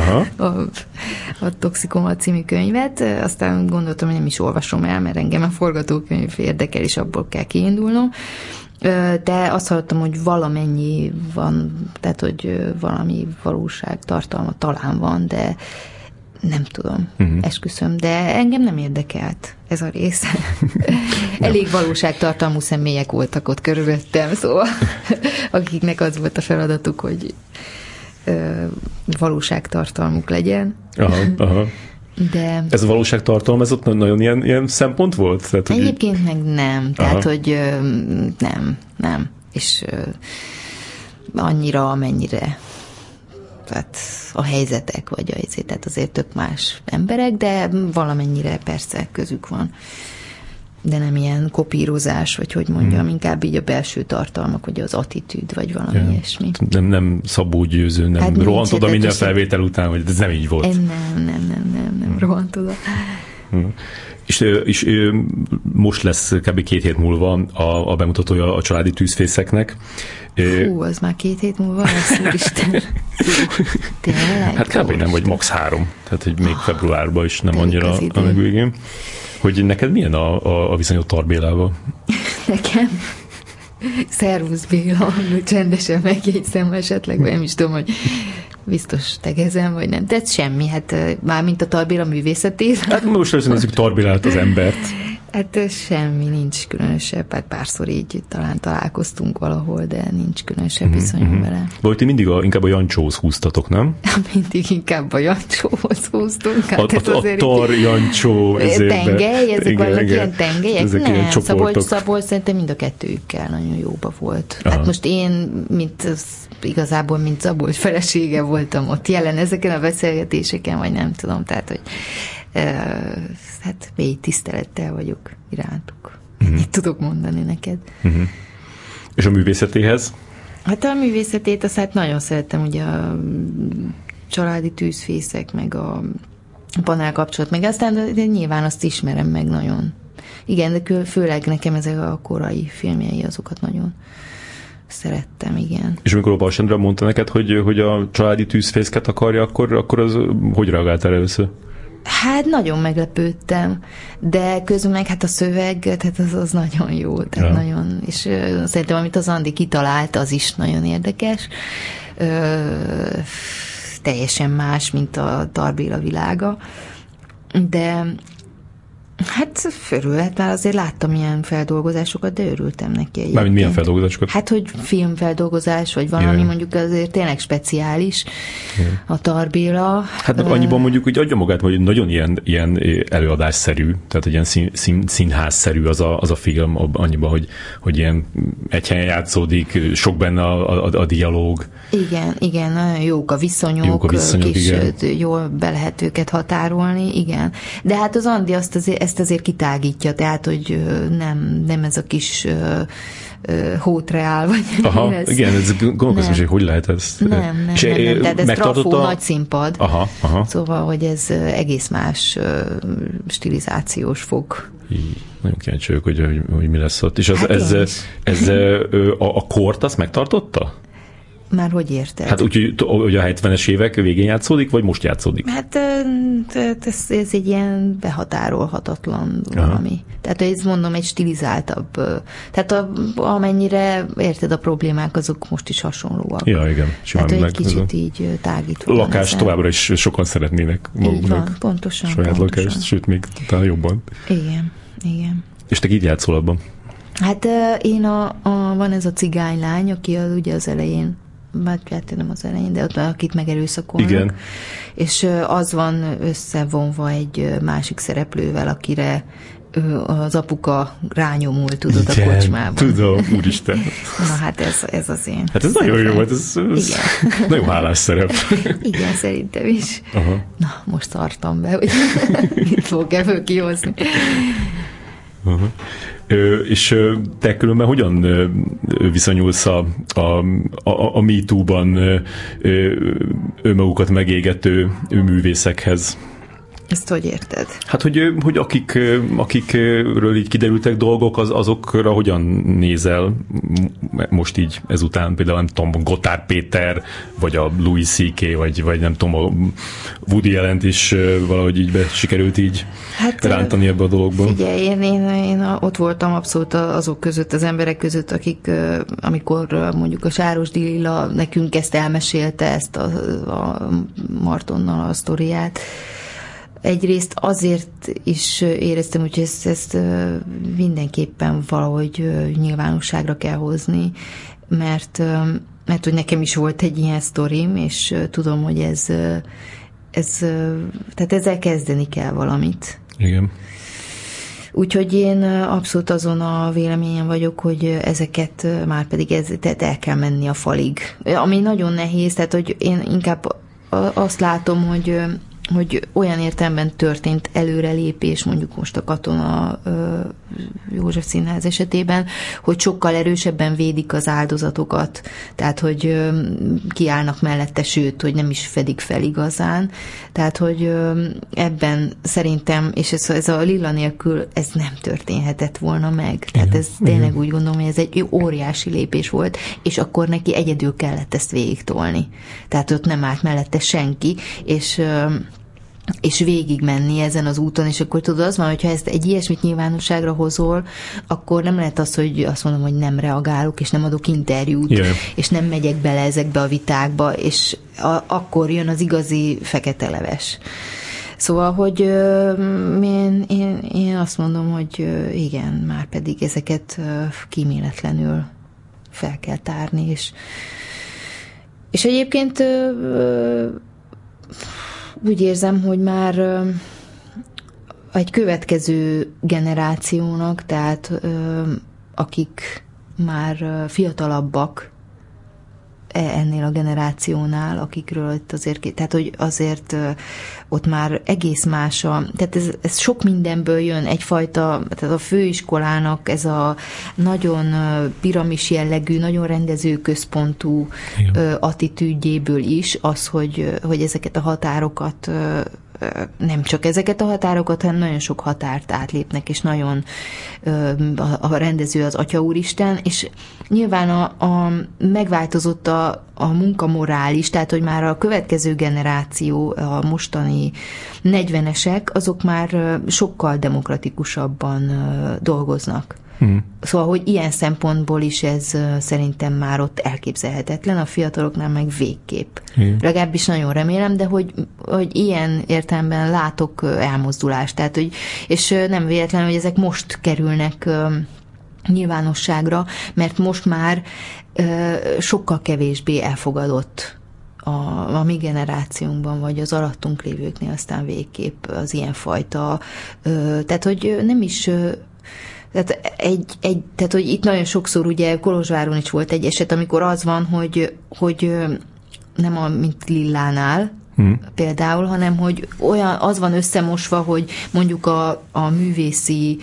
a Toxikoma című könyvet, aztán gondoltam, hogy nem is olvasom el, mert engem a forgatókönyv érdekel, és abból kell kiindulnom. De azt hallottam, hogy valamennyi van, tehát hogy valami valóságtartalma talán van, de nem tudom, esküszöm, de engem nem érdekelt ez a rész. Elég valóságtartalmú személyek voltak ott körülöttem, szóval akiknek az volt a feladatuk, hogy valóságtartalmuk legyen. Aha. De ez a valóságtartalom, ez ott nagyon ilyen szempont volt? Tehát, egyébként meg nem, tehát hogy nem, és annyira, amennyire tehát a helyzetek, vagy tehát azért tök más emberek, de valamennyire persze közük van. De nem ilyen kopírozás, vagy hogy mondjam, inkább így a belső tartalmak, vagy az attitűd, vagy valami ilyesmi. Nem Szabó Győző, nem rohant oda minden felvétel után, vagy ez nem így volt. Nem rohant oda. És most lesz kb. 2 hét múlva a bemutatója a Családi tűzfészeknek. Hú, az már 2 hét múlva lesz, úristen. Tényleg? Hát kb. Nem, vagy max. 3. Tehát, hogy még februárban is nem annyira a megvégén. Hogy neked milyen a viszonyod Tar Bélával? Nekem? Szervusz Béla, csendesen megjegyzem esetleg, vagy nem is tudom, hogy biztos tegezem, vagy nem. Tehát semmi, hát mármint a Tar Béla művészetét. Hát most először nézzük Tar Bélát, az embert. Hát semmi, nincs különösebb, hát párszor így talán találkoztunk valahol, de nincs különösebb viszonyom vele. Vagy ti mindig inkább a Jancsóhoz húztatok, nem? Mindig inkább a Jancsóhoz húztunk. Hát a Tar Jancsó. Tengely, ezek vannak ilyen tengelyek? Ezek nem, ilyen Szabolcs szerintem mind a kettőjükkel nagyon jóba volt. Aha. Hát most én, igazából, mint Szabolcs felesége voltam ott jelen ezeken a beszélgetéseken, vagy nem tudom, tehát, hogy hát mély tisztelettel vagyok irántuk. Ennyit tudok mondani neked. És a művészetéhez? Hát a művészetét azt hát nagyon szerettem, ugye a Családi tűzfészek, meg a panel kapcsolat, meg aztán de nyilván azt ismerem meg nagyon. Igen, de főleg nekem ezek a korai filmjei, azokat nagyon szerettem, igen. És amikor a Bals Andrea mondta neked, hogy a családi tűzfészket akarja, akkor az hogy reagáltál először? Hát nagyon meglepődtem, de közben meg hát a szöveg, tehát az nagyon jó, tehát nagyon, és szerintem amit az Andi kitalált, az is nagyon érdekes. Teljesen más, mint a Tarbéla világa, de hát örülhet, már azért láttam ilyen feldolgozásokat, de örültem neki egyébként. Mármint milyen feldolgozásokat? Hát, hogy filmfeldolgozás, vagy valami mondjuk azért tényleg speciális a Tarbéla. Hát annyiban mondjuk, hogy adja magát, hogy nagyon ilyen előadásszerű, tehát egy ilyen színházszerű az a film, annyiban, hogy ilyen egy helyen játszódik, sok benne a dialóg. Igen, nagyon jók a viszonyok igen. Jól be lehet őket határolni, igen. De hát az Andi ezt azért kitágítja, tehát, hogy nem ez a kis hótreál, vagy aha, igen, ez gondolkozom, hogy lehet ez. Nem, tehát ez trafó nagy színpad. Aha. Szóval, hogy ez egész más stilizációs fog. Nagyon kíváncsi vagyok, hogy mi lesz ott. És ez a kort azt megtartotta? Már hogy érted? Hát úgy, hogy a 70-es évek végén játszódik, vagy most játszódik? Hát ez egy ilyen behatárolhatatlan valami. Tehát ez mondom egy stilizáltabb. Tehát amennyire érted, a problémák azok most is hasonlóak. Ja, igen. Tehát egy kicsit így tágítva. Lakást továbbra is sokan szeretnének maguknak. Van, pontosan. Saját lakást, sőt még talán jobban. Igen. És te így játszol abban? Hát én van ez a cigánylány, aki ugye az elején, hát nem az elején, de ott akit megerőszakolnak. Igen. És az van összevonva egy másik szereplővel, akire az apuka rányomul, tudod, a kocsmában. Tudom, úristen. Na hát ez az én. Hát ez nagyon jó volt, ez nagyon hálás szerep. Igen, szerintem is. Aha. Na, most tartam be, hogy mit fog ebből kihozni. Aha. És te különben hogyan viszonyulsz a MeToo-ban önmagukat megégető művészekhez? Ezt hogy érted? Hát, hogy akikről így kiderültek dolgok, azokra hogyan nézel most így ezután, például nem tudom, Gotthard Péter, vagy a Louis C.K., vagy nem tudom, a Woody Allent is valahogy így sikerült így rántani ebbe a dologba. Figyelj, én ott voltam abszolút azok között, az emberek között, akik, amikor mondjuk a Sáros Lilla nekünk ezt elmesélte, ezt a Martonnal a sztoriát, egyrészt azért is éreztem, hogy ezt mindenképpen valahogy nyilvánosságra kell hozni, mert hogy nekem is volt egy ilyen sztorim, és tudom, hogy tehát ezzel kezdeni kell valamit. Igen. Úgyhogy én abszolút azon a véleményen vagyok, hogy ezeket már pedig tehát el kell menni a falig. Ami nagyon nehéz, tehát hogy én inkább azt látom, hogy olyan értelemben történt előrelépés, mondjuk most a Katona József Színház esetében, hogy sokkal erősebben védik az áldozatokat, tehát hogy kiállnak mellette, sőt, hogy nem is fedik fel igazán. Tehát, hogy ebben szerintem, és ez a Lilla nélkül, ez nem történhetett volna meg. Tehát ez tényleg úgy gondolom, hogy ez egy óriási lépés volt, és akkor neki egyedül kellett ezt végigtolni. Tehát ott nem állt mellette senki, és végig menni ezen az úton, és akkor tudod, az van, hogyha ezt egy ilyesmit nyilvánosságra hozol, akkor nem lehet az, hogy azt mondom, hogy nem reagálok, és nem adok interjút, és nem megyek bele ezekbe a vitákba, és akkor jön az igazi fekete leves. Szóval, hogy én azt mondom, hogy igen, már pedig ezeket kíméletlenül fel kell tárni, és egyébként úgy érzem, hogy már egy következő generációnak, tehát akik már fiatalabbak ennél a generációnál, akikről itt azért, tehát hogy azért ott már egész más tehát ez sok mindenből jön, egyfajta, tehát a főiskolának ez a nagyon piramis jellegű, nagyon rendezőközpontú attitűdjéből is az, hogy ezeket a határokat nem csak ezeket a határokat, hanem nagyon sok határt átlépnek, és nagyon a rendező az Atya Úristen, és nyilván megváltozott a munkamorál is, tehát hogy már a következő generáció, a mostani 40-esek, azok már sokkal demokratikusabban dolgoznak. Szóval, hogy ilyen szempontból is ez szerintem már ott elképzelhetetlen, a fiataloknál meg végképp. Legalábbis nagyon remélem, de hogy ilyen értelemben látok elmozdulást. Tehát, hogy, és nem véletlen, hogy ezek most kerülnek nyilvánosságra, mert most már sokkal kevésbé elfogadott a mi generációnkban, vagy az alattunk lévőknél aztán végképp az ilyenfajta. Tehát, hogy nem is... Tehát, tehát, hogy itt nagyon sokszor ugye Kolozsváron is volt egy eset, amikor az van, hogy nem mint Lillánál például, hanem hogy az van összemosva, hogy mondjuk a művészi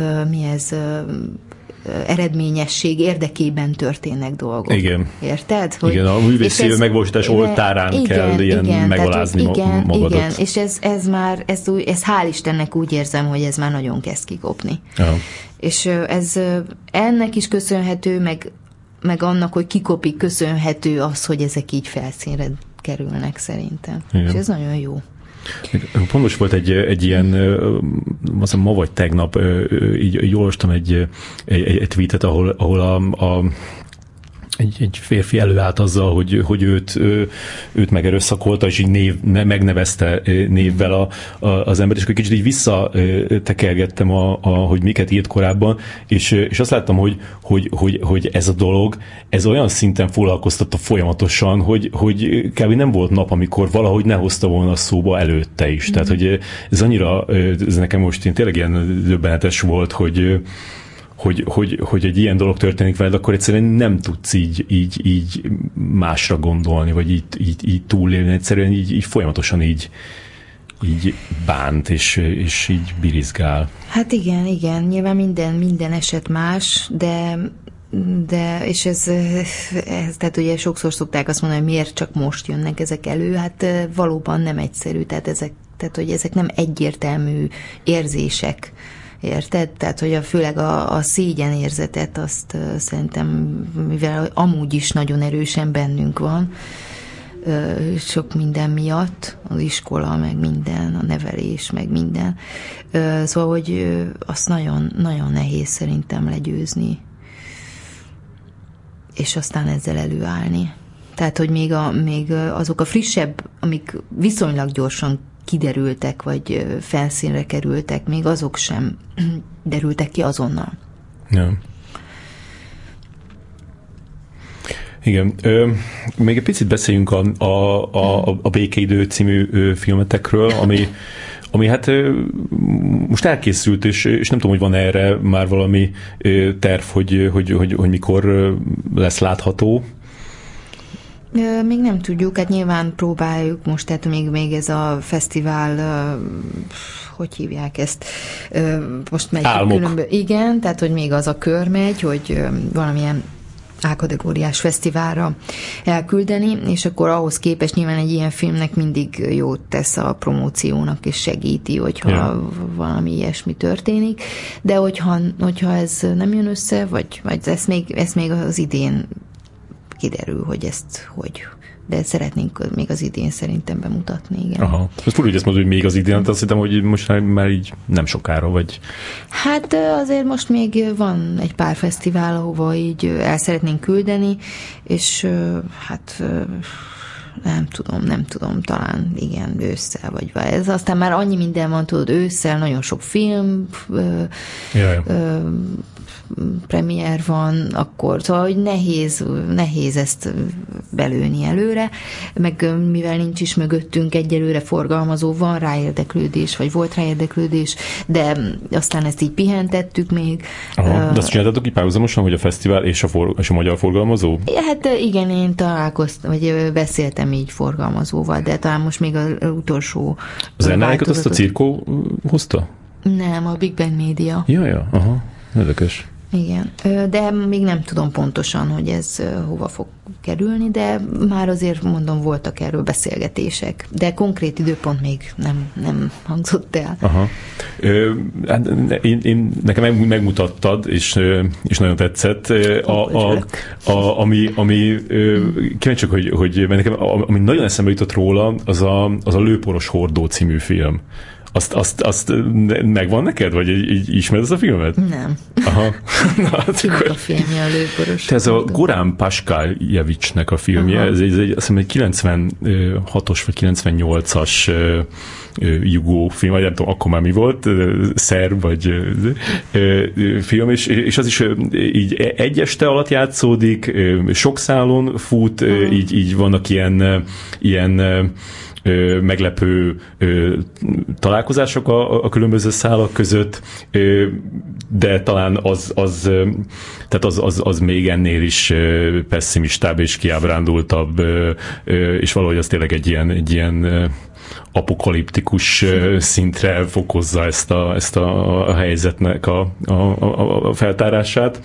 eredményesség érdekében történnek dolgok. Igen. Érted? Hogy, igen, a művészi megvalósítás oltárán kell ilyen megalázni magadat. Igen, és ez már, ez hál' Istennek úgy érzem, hogy ez már nagyon kezd kikopni. Aha. És ez ennek is köszönhető, meg annak, hogy kikopik, köszönhető az, hogy ezek így felszínre kerülnek szerintem. Igen. És ez nagyon jó. Pontos volt egy ilyen, azt ma vagy tegnap, így olvastam egy tweetet, ahol egy férfi előállt azzal, hogy őt megerőszakolta, és így megnevezte névvel az embert, és akkor kicsit így visszatekergettem, hogy miket írt korábban, és azt láttam, hogy ez a dolog, ez olyan szinten foglalkoztatta folyamatosan, hogy kb. Nem volt nap, amikor valahogy ne hozta volna szóba előtte is. Tehát, hogy ez annyira, ez nekem most tényleg ilyen döbbenetes volt, hogy egy ilyen dolog történik veled, akkor egyszerűen nem tudsz így másra gondolni, vagy így túlélni, egyszerűen így folyamatosan így bánt, és így birizgál. Hát igen, nyilván minden eset más, de és ez tehát ugye sokszor szokták azt mondani, hogy miért csak most jönnek ezek elő, hát valóban nem egyszerű, tehát hogy ezek nem egyértelmű érzések. Érted? Tehát, hogy főleg a szégyenérzetet azt szerintem, mivel amúgy is nagyon erősen bennünk van, sok minden miatt, az iskola, meg minden, a nevelés, meg minden. Szóval, hogy azt nagyon, nagyon nehéz szerintem legyőzni, és aztán ezzel előállni. Tehát, hogy még azok a frissebb, amik viszonylag gyorsan kiderültek, vagy felszínre kerültek, még azok sem derültek ki azonnal. Ja. Igen. Még egy picit beszéljünk a Békeidő című filmetekről, ami hát most elkészült, és nem tudom, hogy van erre már valami terv, hogy mikor lesz látható. Még nem tudjuk, hát nyilván próbáljuk most, tehát még ez a fesztivál, hogy hívják ezt? Most megy különböző. Igen, tehát hogy még az a kör megy, hogy valamilyen A-kategóriás fesztiválra elküldeni, és akkor ahhoz képest nyilván egy ilyen filmnek mindig jót tesz a promóciónak, és segíti, hogyha valami ilyesmi történik, de hogyha ez nem jön össze, vagy ez még az idén kiderül, de szeretnénk még az idén szerintem bemutatni, igen. Aha. Ezt furcsa, hogy ezt mondod, hogy még az idén, azt hittem, hogy most már így nem sokára, vagy... Hát azért most még van egy pár fesztivál, ahova így el szeretnénk küldeni, és hát nem tudom, talán igen, ősszel, vagy ez. Aztán már annyi minden van, tudod, ősszel nagyon sok film, premier van, akkor szóval, hogy nehéz ezt belőni előre, meg mivel nincs is mögöttünk egyelőre forgalmazó, van rá érdeklődés, vagy volt rá érdeklődés, de aztán ezt így pihentettük még. Aha, de azt csináltatok így párhuzamosan, hogy a fesztivál és a magyar forgalmazó? Hát igen, én találkoztam, vagy beszéltem így forgalmazóval, de talán most még az utolsó az ennáikat azt a Cirkó hozta? Nem, a Big Bang Media. Ja, aha, érdekes. Igen, de még nem tudom pontosan, hogy ez hova fog kerülni, de már azért mondom, voltak erről beszélgetések, de konkrét időpont még nem hangzott el. Aha. Nekem megmutattad, és nagyon tetszett. Ami kíváncsiak, hogy nekem, ami nagyon eszembe jutott róla, az a Lőporos hordó című film. Azt megvan neked? Vagy így ismered ezt a filmet? Nem. Aha. A filmje a Lőporos. Ez a Goran Paskaljevicsnek a filmje, ez egy 96-os vagy 98-as jugó film, vagy nem tudom, akkor már mi volt, szerb vagy film, és az is így egy este alatt játszódik, sok szálon fut, így vannak ilyen meglepő találkozások a különböző szálak között, de talán az még ennél is pessimistább és kiábrándultabb, és valahogy az tényleg egy ilyen apokaliptikus szintre fokozza ezt a helyzetnek a feltárását.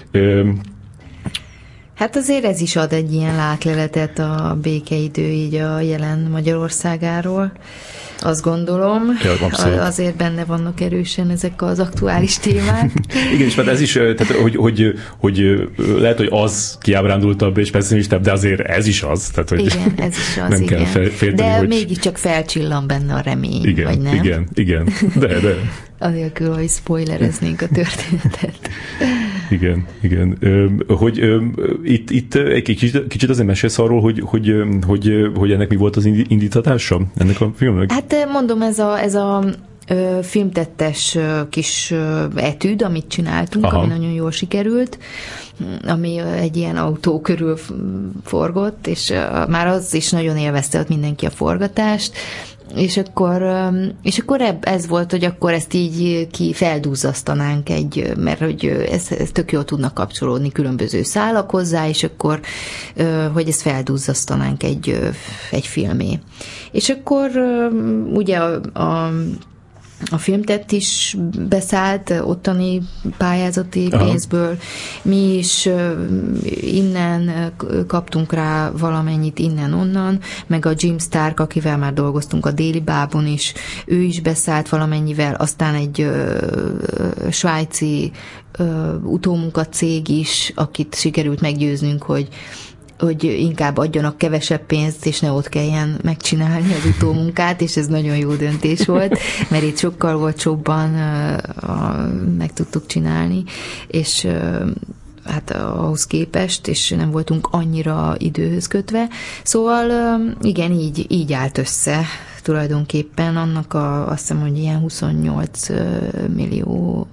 Hát azért ez is ad egy ilyen látleletet a békeidő így a jelen Magyarországáról. Azt gondolom, ja, azért benne vannak erősen ezek az aktuális témák. Igen, és mert ez is, tehát, hogy lehet, hogy az kiábrándultabb és pessimistább, de azért ez is az. Tehát, hogy igen, ez is az, nem igen. kell félteni, de hogy... mégiscsak felcsillan benne a remény, igen, vagy nem? Igen, de. Anélkül, hogy spoilereznénk a történetet. Igen. Itt egy kicsit azért mesélsz arról, hogy ennek mi volt az indítatása ennek a filmnek? Hát mondom, ez a filmtettes kis etűd, amit csináltunk, aha, ami nagyon jól sikerült, ami egy ilyen autó körül forgott, és már az is nagyon élvezte ott mindenki a forgatást, és akkor ez volt, hogy akkor ezt így feldúzzasztanánk mert hogy ez tök jól tudnak kapcsolódni különböző szálak hozzá, és akkor, hogy ezt feldúzzasztanánk egy filmé. És akkor ugye a filmtett is beszállt ottani pályázati pénzből. Mi is innen kaptunk rá valamennyit innen-onnan, meg a Jim Stark, akivel már dolgoztunk a Déli Bábon is, ő is beszállt valamennyivel, aztán egy svájci utómunkacég is, akit sikerült meggyőznünk, hogy inkább adjanak kevesebb pénzt, és ne ott kelljen megcsinálni az utómunkát, és ez nagyon jó döntés volt, mert itt sokkal olcsóbban meg tudtuk csinálni, és hát ahhoz képest, és nem voltunk annyira időhöz kötve. Szóval igen, így állt össze tulajdonképpen, annak azt hiszem, hogy ilyen 28 millió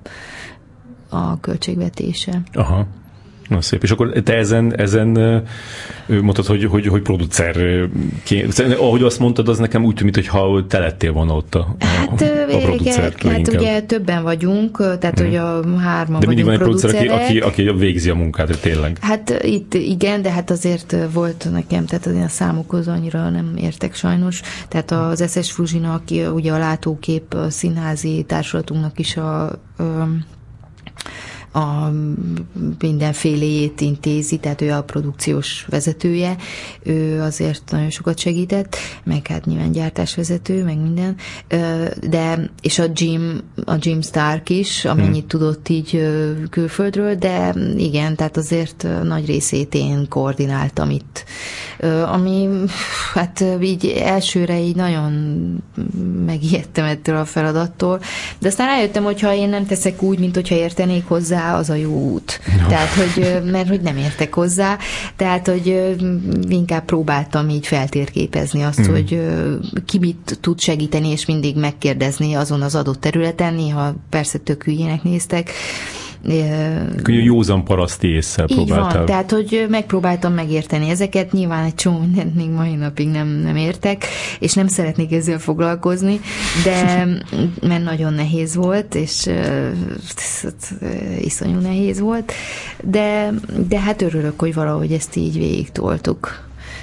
a költségvetése. Aha. Na szép. És akkor te ezen mondtad, hogy producerként, ahogy azt mondtad, az nekem úgy tűnt, mintha te lettél volna ott a producer. Hát ugye többen vagyunk, tehát hogy a hárman de mindig vagyunk van egy producerek. aki végzi a munkát, tényleg. Hát itt igen, de hát azért volt nekem, tehát én a számokhoz annyira nem értek sajnos. Tehát az SS Fruzsinak, ugye a Látókép a színházi társulatunknak is a mindenféléjét intézi, tehát ő a produkciós vezetője, ő azért nagyon sokat segített, meg hát nyilván gyártásvezető, meg minden, de és a Jim Stark is, amennyit tudott így külföldről, de igen, tehát azért nagy részét én koordináltam itt, ami hát így elsőre így nagyon megijedtem ettől a feladattól, de aztán rájöttem, hogy ha én nem teszek úgy, mint hogyha értenék hozzá, az a jó út. No. Tehát, mert hogy nem értek hozzá, tehát, hogy inkább próbáltam így feltérképezni azt, hogy ki mit tud segíteni, és mindig megkérdezni azon az adott területen, néha persze tök hülyének néztek. Józan paraszti ésszel próbáltál. Így van, tehát, hogy megpróbáltam megérteni ezeket, nyilván egy csomó mindent még mai napig nem értek, és nem szeretnék ezzel foglalkozni, de mert nagyon nehéz volt, és iszonyú nehéz volt, de hát örülök, hogy valahogy ezt így végig toltuk.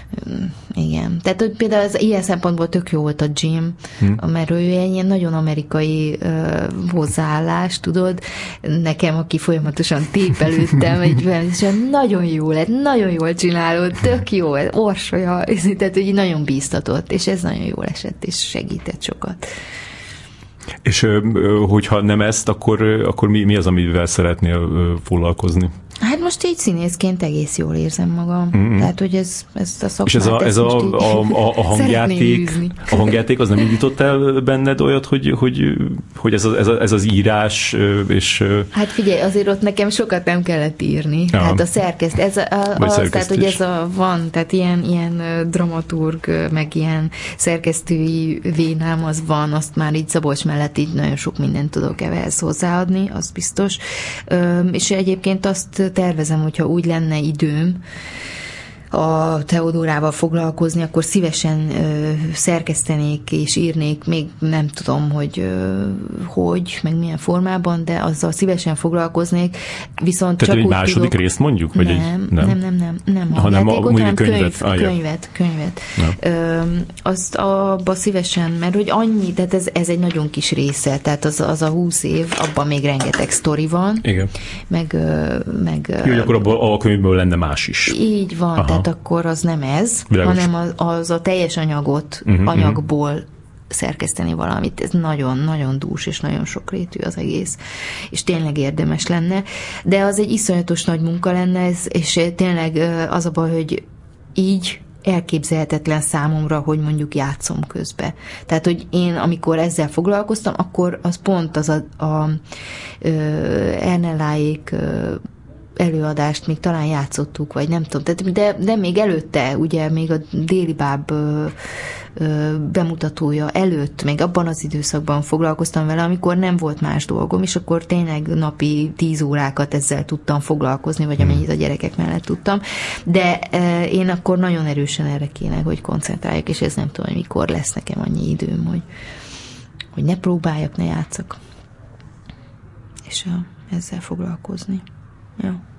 Igen. Tehát, hogy például az ilyen szempontból tök jó volt a Jim, mert ő egy ilyen nagyon amerikai hozzáállás, tudod, nekem, aki folyamatosan tépelődtem, és nagyon jó lett, nagyon jól csinálod, tök jó, orsolya, tehát, hogy nagyon bíztatott, és ez nagyon jól esett, és segített sokat. És hogyha nem ezt, akkor mi az, amivel szeretnél foglalkozni? Hát most így színészként egész jól érzem magam. Tehát, hogy ezt a szakmát... És ez a hangjáték, az nem indított el benned olyat, hogy ez az írás, és... Hát figyelj, azért ott nekem sokat nem kellett írni. Ja. Hát a tehát, hogy van, tehát ilyen dramaturg, meg ilyen szerkesztői vénám az van, azt már így Szabolcs mellett így nagyon sok mindent tudok ehhez hozzáadni, az biztos. És egyébként azt tervezem, hogyha úgy lenne időm a Teodórával foglalkozni, akkor szívesen szerkesztenék és írnék, még nem tudom, hogy, meg milyen formában, de azzal szívesen foglalkoznék, viszont tehát csak egy második tudok, részt mondjuk? Vagy nem. Hanem mondjuk könyvet. Azt abba szívesen, mert hogy annyi, tehát ez egy nagyon kis része, tehát az a 20 év, abban még rengeteg sztori van. Igen. Meg jó, hogy akkor abban a könyvből lenne más is. Így van, tehát akkor az nem ez, hanem az a teljes anyagból szerkeszteni valamit. Ez nagyon-nagyon dús és nagyon sokrétű az egész, és tényleg érdemes lenne, de az egy iszonyatos nagy munka lenne, és tényleg az a baj, hogy így elképzelhetetlen számomra, hogy mondjuk játszom közbe. Tehát, hogy én, amikor ezzel foglalkoztam, akkor az pont az a Ernelláék előadást még talán játszottuk, vagy nem tudom, de még előtte, ugye még a Déli Báb bemutatója előtt, még abban az időszakban foglalkoztam vele, amikor nem volt más dolgom, és akkor tényleg napi 10 órákat ezzel tudtam foglalkozni, vagy amennyit a gyerekek mellett tudtam, de én akkor nagyon erősen erre kéne, hogy koncentráljak, és ez nem tudom, hogy mikor lesz nekem annyi időm, hogy ne próbáljak, ne játszak, és ezzel foglalkozni. Ja.